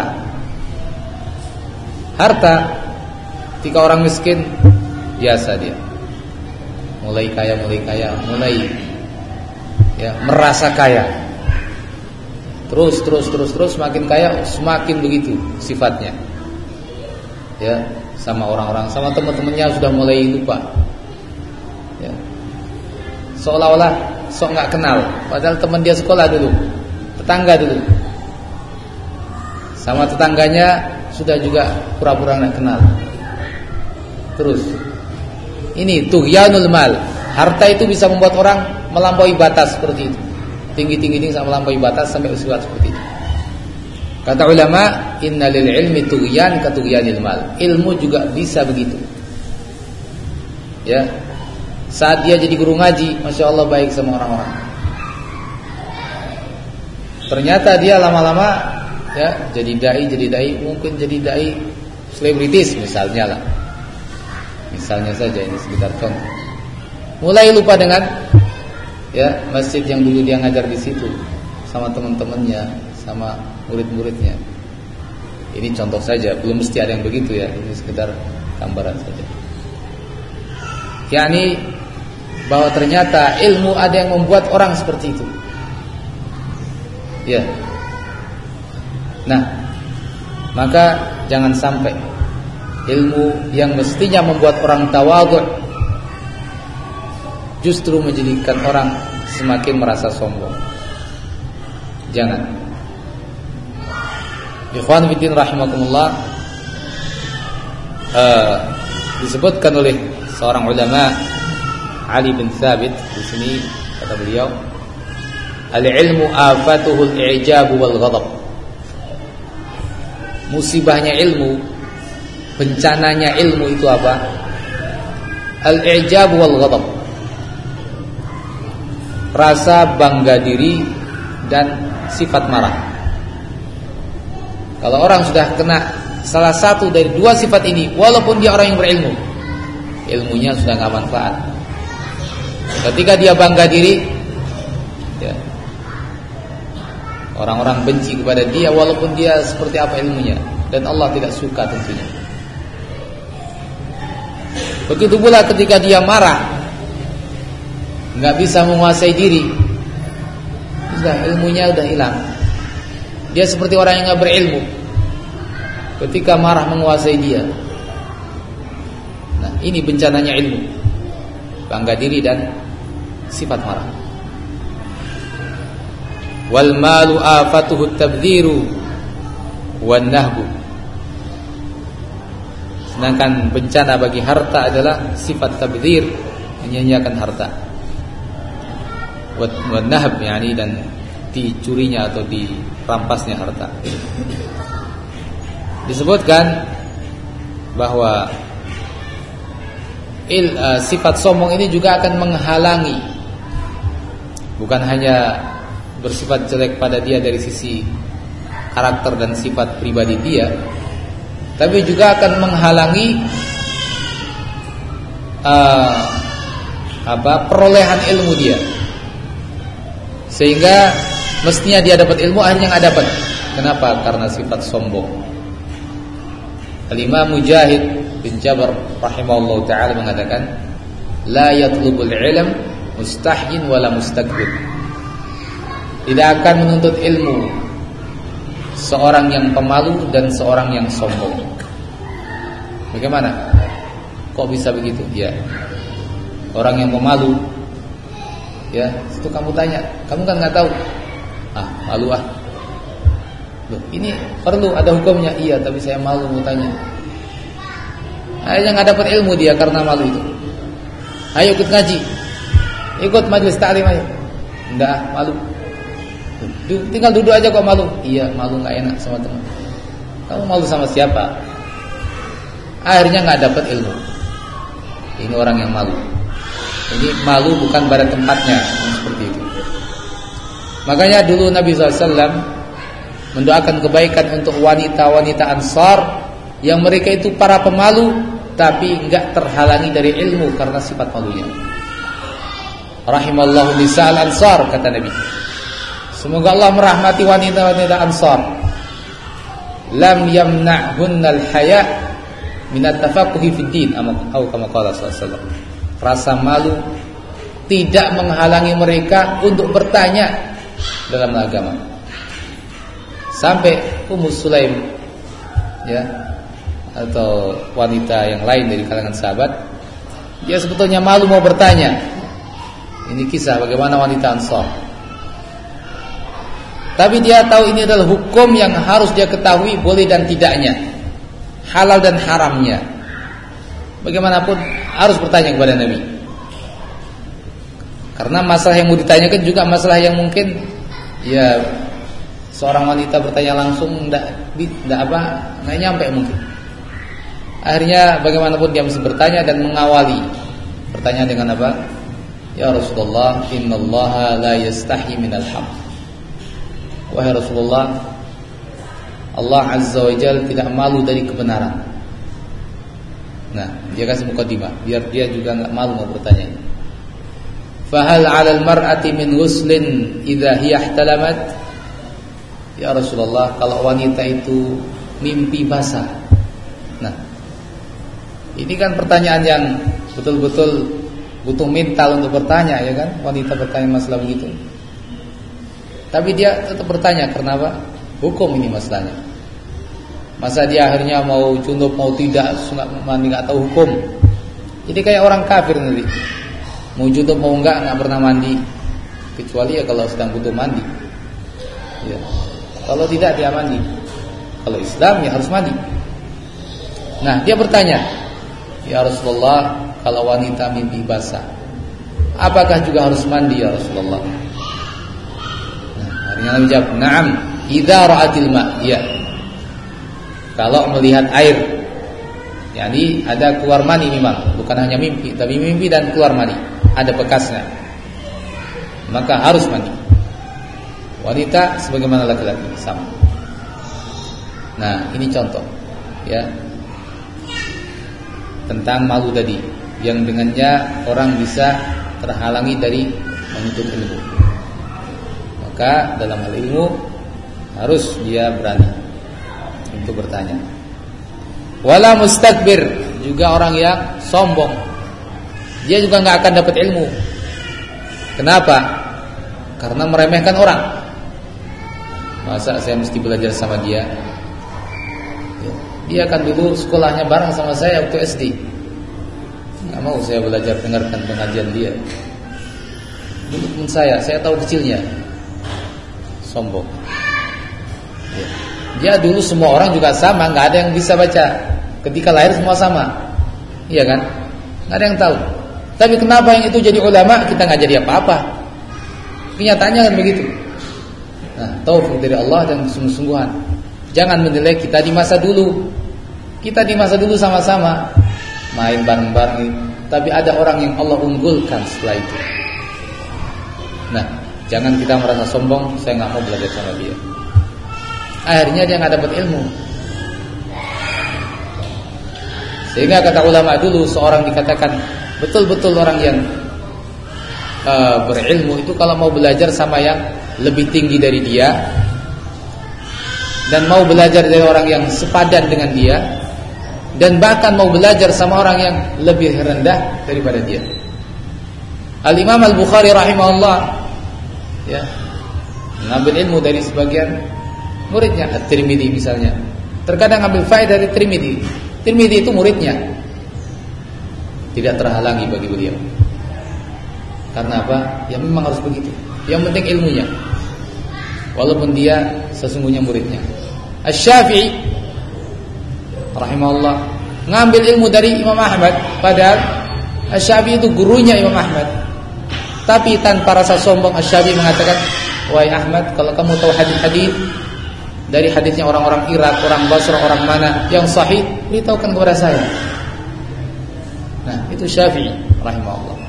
Harta, ketika orang miskin biasa dia, mulai kaya, mulai kaya, mulai ya merasa kaya, terus terus terus terus semakin kaya, semakin begitu sifatnya, ya, sama orang-orang, sama teman-temannya sudah mulai lupa, ya, seolah-olah sok nggak kenal, padahal teman dia sekolah dulu, tetangga dulu, sama tetangganya sudah juga pura-pura nggak kenal. Terus ini tughyanul mal. Harta itu bisa membuat orang melampaui batas seperti itu. Tinggi-tinggi tinggi sampai melampaui batas sampai usulat seperti itu. Kata ulama, innalil ilmi tughyan ka tughyanil mal. Ilmu juga bisa begitu. Ya. Saat dia jadi guru ngaji, Masya Allah baik sama orang-orang. ternyata dia lama-lama ya jadi dai, jadi dai, mungkin jadi dai selebritis misalnya lah. Misalnya saja ini sekitar contoh. Mulai lupa dengan ya masjid yang dulu dia ngajar di situ sama teman-temannya, sama murid-muridnya. Ini contoh saja, belum mesti ada yang begitu ya. Ini sekedar gambaran saja. yakni bahwa ternyata ilmu ada yang membuat orang seperti itu. Ya. Nah, maka jangan sampai ilmu yang mestinya membuat orang tawadhu justru menjadikan orang semakin merasa sombong. Jangan. Ikhwan fillah rahimakumullah, uh, disebutkan oleh seorang ulama, Ali bin Thabit, di sini kata beliau, al-ilmu afatuhu al-i'jab wal ghadab. Musibahnya ilmu, bencananya ilmu itu apa? Al-i'jab wal ghadab. Rasa bangga diri dan sifat marah. Kalau orang sudah kena salah satu dari dua sifat ini, walaupun dia orang yang berilmu, ilmunya sudah nggak manfaat. Ketika dia bangga diri, ya, orang-orang benci kepada dia walaupun dia seperti apa ilmunya, dan Allah tidak suka tentunya. Begitu pula ketika dia marah, nggak bisa menguasai diri, sudah ilmunya sudah hilang. Dia seperti orang yang nggak berilmu ketika marah menguasai dia. Nah, ini bencananya ilmu, bangga diri dan sifat marah. Wal malu afatuhu tabdziru wan nahbu. Sedangkan bencana bagi harta adalah sifat tabdzir, menyia-nyiakan harta. Wan nahb, yakni dan dicurinya atau dirampasnya harta. Disebutkan bahwa il, uh, sifat sombong ini juga akan menghalangi, bukan hanya bersifat jelek pada dia dari sisi karakter dan sifat pribadi dia, tapi juga akan menghalangi uh, apa perolehan ilmu dia. Sehingga mestinya dia dapat ilmu, akhirnya nggak dapat. Kenapa? Karena sifat sombong. Al-Imam Mujahid bin Jabr rahimahullah ta'ala mengatakan, la yatlubul ilm mustahyin wala mustakbir. Tidak akan menuntut ilmu seorang yang pemalu dan seorang yang sombong. Bagaimana? Kok bisa begitu? Ya, orang yang pemalu, ya, itu kamu tanya, kamu kan nggak tahu. Ah, malu ah. Loh, ini perlu ada hukumnya. Iya, tapi saya malu mau tanya. Akhirnya nggak dapat ilmu dia karena malu itu. Ayo ikut ngaji, ikut majelis ta'lim ayo. Enggak, malu. Tinggal duduk aja kok malu. Iya, malu nggak enak sama teman. Kamu malu sama siapa? Akhirnya nggak dapat ilmu. Ini orang yang malu. Jadi malu bukan pada tempatnya, seperti itu. Makanya dulu Nabi shallallahu alaihi wasallam mendoakan kebaikan untuk wanita-wanita Ansar yang mereka itu para pemalu, tapi enggak terhalangi dari ilmu karena sifat malunya. Rahimallahu nisa'al Ansar, kata Nabi. Semoga Allah merahmati wanita-wanita Ansar. Lam yamna'hunnal haya' minat tafaqquhi fid din, atau kama qala sallallahu alaihi wasallam. Rasa malu tidak menghalangi mereka untuk bertanya dalam agama. Sampai Ummu Sulaim, ya, atau wanita yang lain dari kalangan sahabat, dia sebetulnya malu mau bertanya. Ini kisah bagaimana wanita Ansar. Tapi dia tahu ini adalah hukum yang harus dia ketahui, boleh dan tidaknya, halal dan haramnya. Bagaimanapun harus bertanya kepada Nabi. Karena masalah yang mau ditanyakan juga masalah yang mungkin, ya, seorang wanita bertanya langsung enggak, enggak apa, enggak nyampe mungkin. Akhirnya bagaimanapun dia mesti bertanya dan mengawali bertanya dengan apa? Ya Rasulullah, innallaha la yastahi minal haq. wahai Rasulullah, Allah Azza wa Jalla tidak malu dari kebenaran. Nah, dia kasih mukadimah biar dia juga enggak malu mau bertanya. Fahal 'alal mar'ati min ghuslin idza hiya ihtalamat? Ya Rasulullah, kalau wanita itu mimpi basah. Nah, ini kan pertanyaan yang betul-betul butuh mental untuk bertanya, ya kan? Wanita bertanya masalah begitu. Tapi dia tetap bertanya, karena apa? Hukum ini masalahnya. Masa dia akhirnya mau junub mau tidak, sunat mandi enggak tahu hukum. Jadi kayak orang kafir nanti. Mau junub mau enggak enggak pernah mandi. Kecuali ya kalau sedang butuh mandi. Ya. Kalau tidak dia mandi. Kalau Islam ya harus mandi. Nah, dia bertanya, ya Rasulullah, kalau wanita mimpi basah, apakah juga harus mandi ya Rasulullah? Nah, akhirnya Nabi jawab, "Na'am, idza ra'atil ma'." Ya. Kalau melihat air. Yani ada keluar mani memang, bukan hanya mimpi, tapi mimpi dan keluar mani, ada bekasnya. Maka harus mandi. Wanita sebagaimana laki-laki sama. Nah, ini contoh ya tentang malu tadi, yang dengannya orang bisa terhalangi dari menuntut ilmu. Maka dalam hal ilmu harus dia berani untuk bertanya. Wala mustakbir, juga orang yang sombong, dia juga nggak akan dapat ilmu. Kenapa? Karena meremehkan orang. Masa saya mesti belajar sama dia? Dia kan dulu sekolahnya bareng sama saya waktu S D. Gak mau saya belajar dengarkan pengajian dia. Dulu pun saya, saya tahu kecilnya. Sombong. Ya. Dia dulu semua orang juga sama, gak ada yang bisa baca. Ketika lahir semua sama. Iya kan? Gak ada yang tahu. Tapi kenapa yang itu jadi ulama, kita gak jadi apa-apa? Kenyataannya kan begitu. Nah, taufik dari Allah dan sungguh-sungguhan. Jangan menilai kita di masa dulu. Kita di masa dulu sama-sama main bareng-bareng, tapi ada orang yang Allah unggulkan setelah itu. Nah, jangan kita merasa sombong, saya nggak mau belajar sama dia. Akhirnya dia nggak dapat ilmu. Sehingga kata ulama dulu, seorang dikatakan betul-betul orang yang uh, berilmu itu kalau mau belajar sama yang lebih tinggi dari dia dan mau belajar dari orang yang sepadan dengan dia, dan bahkan mau belajar sama orang yang lebih rendah daripada dia. Al-Imam Al-Bukhari rahimahullah ya, mengambil ilmu dari sebagian muridnya, At-Tirmidzi misalnya. Terkadang ambil faedah dari Tirmidzi. Tirmidzi itu muridnya. Tidak terhalangi bagi beliau. Karena apa? Ya memang harus begitu. Yang penting ilmunya. Walaupun dia sesungguhnya muridnya. Asy-Syafi'i rahimahullah ngambil ilmu dari Imam Ahmad, padahal Asy-Syafi'i itu gurunya Imam Ahmad. Tapi tanpa rasa sombong Asy-Syafi'i mengatakan, "Wahai Ahmad, kalau kamu tahu hadis-hadis dari hadisnya orang-orang Irak, orang Basra, orang mana yang sahih, beritahukan kepada saya." Nah, itu Syafi'i rahimahullah.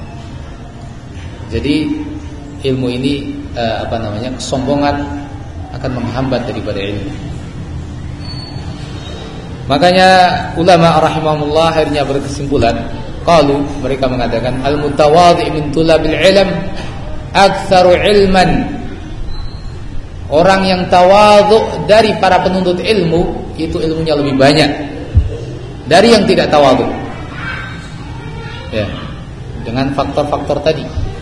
Jadi ilmu ini eh, apa namanya? kesombongan akan menghambat daripada ilmu. Makanya ulama rahimahullah akhirnya berkesimpulan, qalu, mereka mengatakan al-mutawadhi' min tulabil ilm aktsaru ilman. Orang yang tawadhu dari para penuntut ilmu itu ilmunya lebih banyak dari yang tidak tawadhu. Ya, dengan faktor-faktor tadi.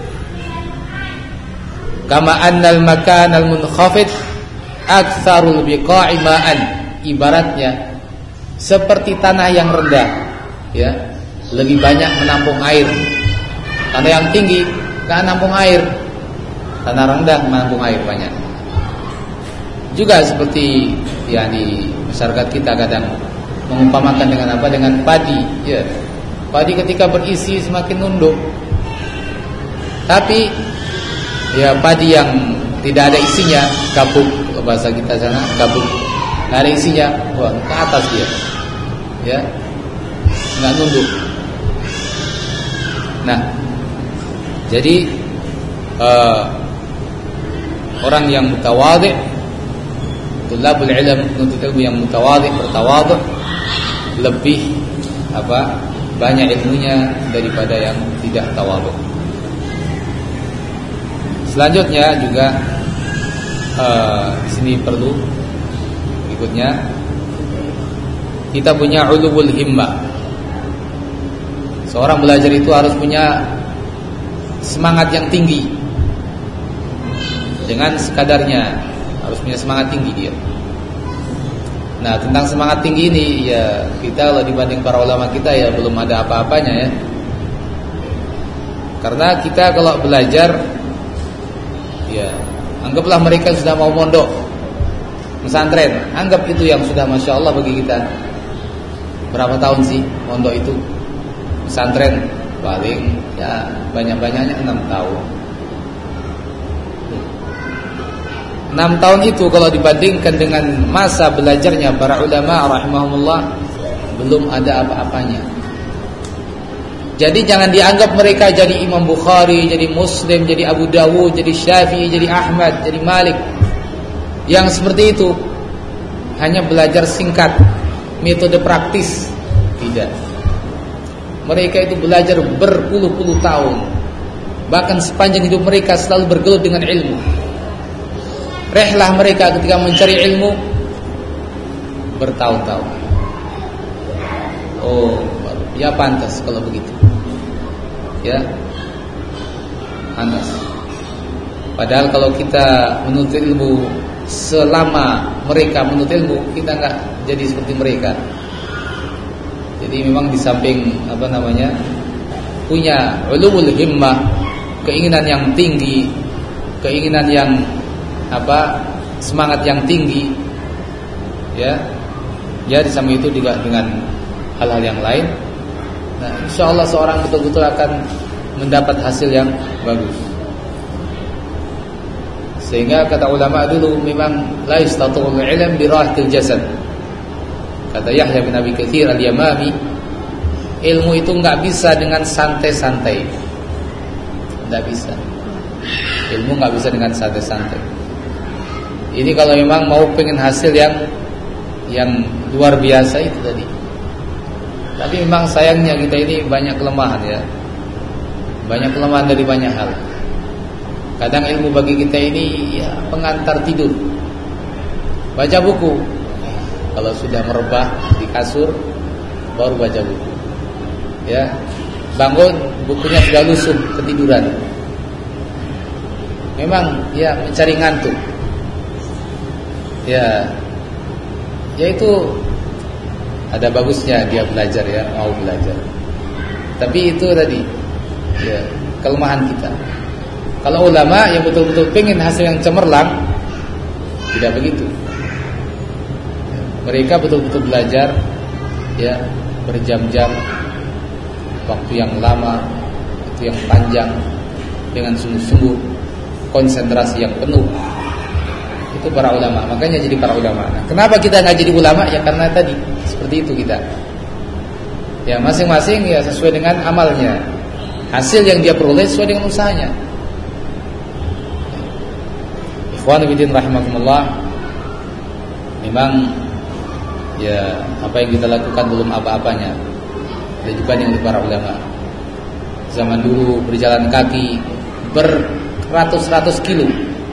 Kama annal makan al-munkhafid aktsarul biqa'i ma'an. Ibaratnya seperti tanah yang rendah, ya, lebih banyak menampung air. Tanah yang tinggi enggak menampung air. Tanah rendah menampung air banyak. Juga seperti ya di masyarakat kita kadang mengumpamakan dengan apa? Dengan padi, ya. Padi ketika berisi semakin nunduk. Tapi ya padi yang tidak ada isinya, gabuk, kalau bahasa kita sana gabuk, nggak ada isinya, wah, ke atas dia, ya, nggak nunduk. Nah, jadi uh, orang yang mutawadhi' tulabul ilm, penuntut ilmu yang mutawadhi, bertawadhu, lebih apa? banyak ilmunya daripada yang tidak tawadhu. Selanjutnya juga uh, di sini perlu berikutnya kita punya ulul himmah. Seorang belajar itu harus punya semangat yang tinggi. Dengan sekadarnya harus punya semangat tinggi dia. Nah, tentang semangat tinggi ini ya kita kalau dibanding para ulama kita ya belum ada apa-apanya ya. Karena kita kalau belajar ya anggaplah mereka sudah mau mondok pesantren, anggap itu yang sudah masya Allah bagi kita. Berapa tahun sih mondok itu? Pesantren paling ya banyak-banyaknya enam tahun. enam tahun itu kalau dibandingkan dengan masa belajarnya para ulama rahimahumullah belum ada apa-apanya. Jadi jangan dianggap mereka jadi Imam Bukhari, jadi Muslim, jadi Abu Dawud, jadi Syafi'i, jadi Ahmad, jadi Malik. Yang seperti itu hanya belajar singkat, metode praktis. Tidak. Mereka itu belajar berpuluh-puluh tahun. Bahkan sepanjang hidup mereka selalu bergelut dengan ilmu. Rehlah mereka ketika mencari ilmu bertahun-tahun. Oh, ya pantas kalau begitu. Ya, pantas. Padahal kalau kita menuntut ilmu selama mereka menuntut ilmu, kita enggak jadi seperti mereka. Jadi memang di samping apa namanya punya ulul himmah, keinginan yang tinggi, keinginan yang apa semangat yang tinggi, ya, ya di samping itu juga dengan hal-hal yang lain. Nah, insya Allah seorang betul-betul akan mendapat hasil yang bagus. Sehingga kata ulama dulu memang la yastatul ilm bi rahatil jasad. Kata Yahya bin Abi Katsir al-Yamami, ilmu itu enggak bisa dengan santai-santai. Enggak bisa. Ilmu enggak bisa dengan santai-santai. Ini kalau memang mau pengen hasil yang yang luar biasa itu tadi. Tapi memang sayangnya kita ini banyak kelemahan ya. Banyak kelemahan dari banyak hal. Kadang ilmu bagi kita ini ya pengantar tidur. Baca buku. Kalau sudah merebah di kasur baru baca buku. Ya. Bangun bukunya sudah lusuh ketiduran. Memang ya mencari ngantuk. Ya, yaitu ada bagusnya dia belajar ya, mau belajar. Tapi itu tadi ya, kelemahan kita. Kalau ulama yang betul-betul pengen hasil yang cemerlang, tidak begitu. Mereka betul-betul belajar ya, berjam-jam, waktu yang lama, waktu yang panjang, dengan sungguh-sungguh, konsentrasi yang penuh. Itu para ulama, makanya jadi para ulama. Nah, kenapa kita nggak jadi ulama? Ya karena tadi seperti itu kita. Ya masing-masing ya sesuai dengan amalnya. Hasil yang dia peroleh sesuai dengan usahanya. Ikhwan fillah rahimakumullah. Memang ya apa yang kita lakukan belum apa-apanya. Dibanding dengan para ulama. Zaman dulu berjalan kaki beratus-ratus kilo.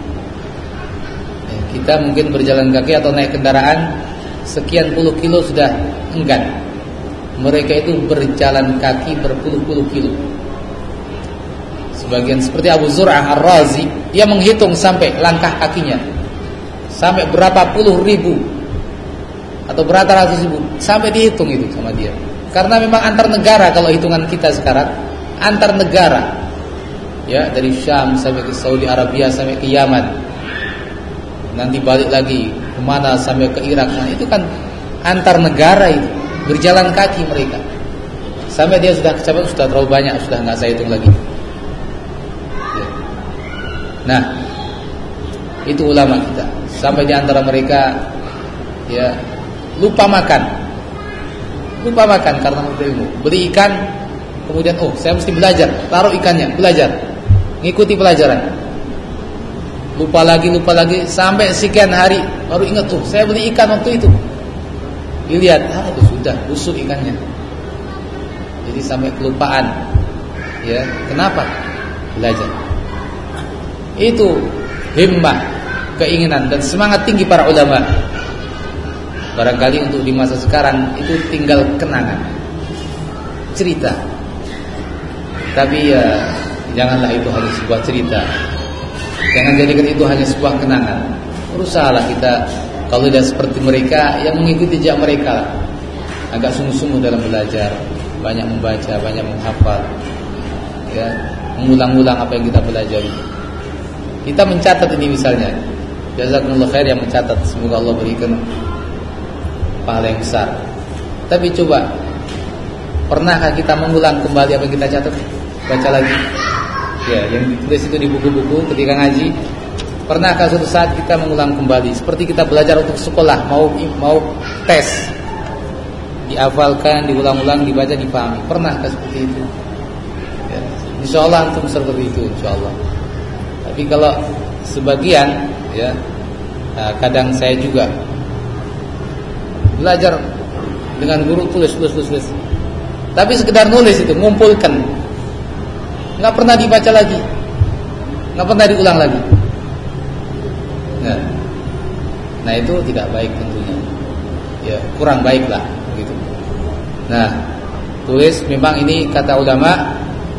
Kita mungkin berjalan kaki atau naik kendaraan sekian puluh kilo sudah enggan. Mereka itu berjalan kaki berpuluh-puluh kilo. Sebagian seperti Abu Zur'ah Ar-Razi, dia menghitung sampai langkah kakinya, sampai berapa puluh ribu atau berapa ratus ribu, sampai dihitung itu sama dia. Karena memang antar negara, kalau hitungan kita sekarang antar negara, ya dari Syam sampai ke Saudi Arabia sampai ke Yaman. Nanti balik lagi kemana sampai ke Irak. Nah itu kan antar negara itu, berjalan kaki mereka. Sampai dia sudah kecapai, sudah terlalu banyak, sudah nggak saya hitung lagi. Ya. Nah itu ulama kita. Sampai di antara mereka ya lupa makan, lupa makan karena ilmu. Beli ikan, kemudian oh saya mesti belajar, taruh ikannya, belajar, ngikuti pelajaran. lupa lagi, lupa lagi, sampai sekian hari baru ingat, tuh saya beli ikan waktu itu. Dilihat, ah itu sudah busuk ikannya. Jadi sampai kelupaan. Ya, kenapa? Belajar. Itu himmah, keinginan dan semangat tinggi para ulama. Barangkali untuk di masa sekarang itu tinggal kenangan, cerita. Tapi ya janganlah itu hanya sebuah cerita. Jangan jadikan itu hanya sebuah kenangan. Berusahalah kita kalau tidak seperti mereka, yang mengikuti jejak mereka, agak sungguh-sungguh dalam belajar, banyak membaca, banyak menghafal, ya, mengulang-ulang apa yang kita pelajari. Kita mencatat ini misalnya, jazakumullah khair yang mencatat, semoga Allah berikan pahala yang besar. Tapi coba, pernahkah kita mengulang kembali apa yang kita catat? Baca lagi. Ya, yang ditulis itu di buku-buku ketika ngaji. Pernahkah suatu saat kita mengulang kembali seperti kita belajar untuk sekolah, mau mau tes, dihafalkan, diulang-ulang, dibaca, dipahami. Pernahkah seperti itu? Ya, insya Allah antum seperti itu, insya Allah. Tapi kalau sebagian, ya, nah, kadang saya juga belajar dengan guru tulis, tulis, tulis, tulis. Tapi sekedar nulis itu, ngumpulkan, nggak pernah dibaca lagi, nggak pernah diulang lagi. Nah, nah itu tidak baik tentunya. Ya, kurang baik lah begitu. Nah, tulis memang ini kata ulama,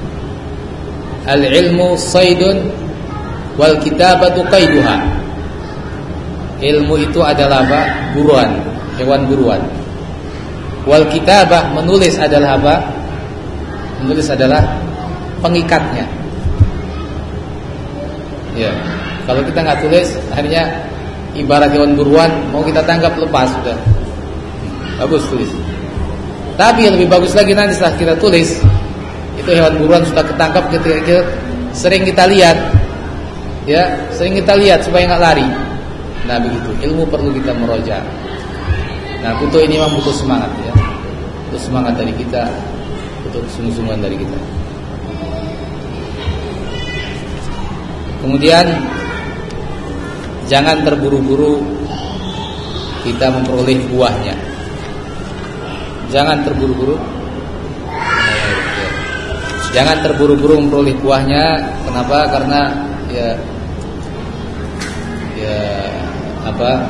al-ilmu saydun wal kitabatu qaiduha. Ilmu itu adalah apa? Buruan, hewan buruan. Wal kitabah, menulis adalah apa? Menulis adalah pengikatnya. Ya. Kalau kita nggak tulis, akhirnya ibarat hewan buruan, mau kita tangkap lepas sudah. Bagus tulis. Tapi yang lebih bagus lagi nanti setelah kita tulis, itu hewan buruan sudah ketangkap ketika kita, sering kita lihat, ya, sering kita lihat supaya nggak lari. Nah begitu. Ilmu perlu kita meroja. Nah butuh ini memang butuh semangat, ya, butuh semangat dari kita, butuh sungguh-sungguhan dari kita. Kemudian jangan terburu-buru kita memperoleh buahnya. Jangan terburu-buru. Jangan terburu-buru memperoleh buahnya. Kenapa? Karena ya, ya apa?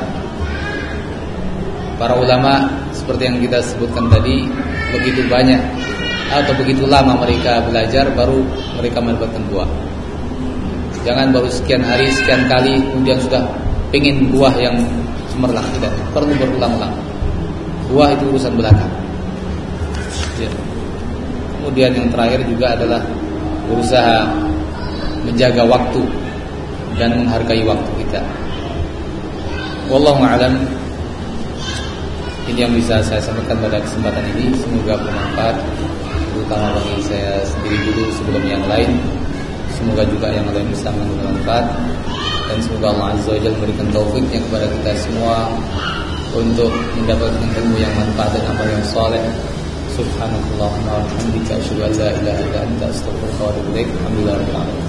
Para ulama seperti yang kita sebutkan tadi, begitu banyak atau begitu lama mereka belajar baru mereka mendapatkan buah. Jangan baru sekian hari, sekian kali kemudian sudah pengen buah yang cemerlang. Tidak, perlu berulang-ulang. Buah itu urusan belakang, ya. Kemudian yang terakhir juga adalah berusaha menjaga waktu dan menghargai waktu kita. Wallahu a'lam. Ini yang bisa saya sampaikan pada kesempatan ini. Semoga bermanfaat, terutama bagi saya sendiri dulu sebelum yang lain. Semoga juga yang lain bisa mendapat manfaat. Dan semoga Allah Azza wa Jalla memberikan taufiknya kepada kita semua untuk mendapatkan ilmu yang manfaat dan amal yang saleh. Subhanallah wa bihamdihi, asyhadu an la ilaha illa anta, astaghfiruka wa atubu ilaik. Alhamdulillah.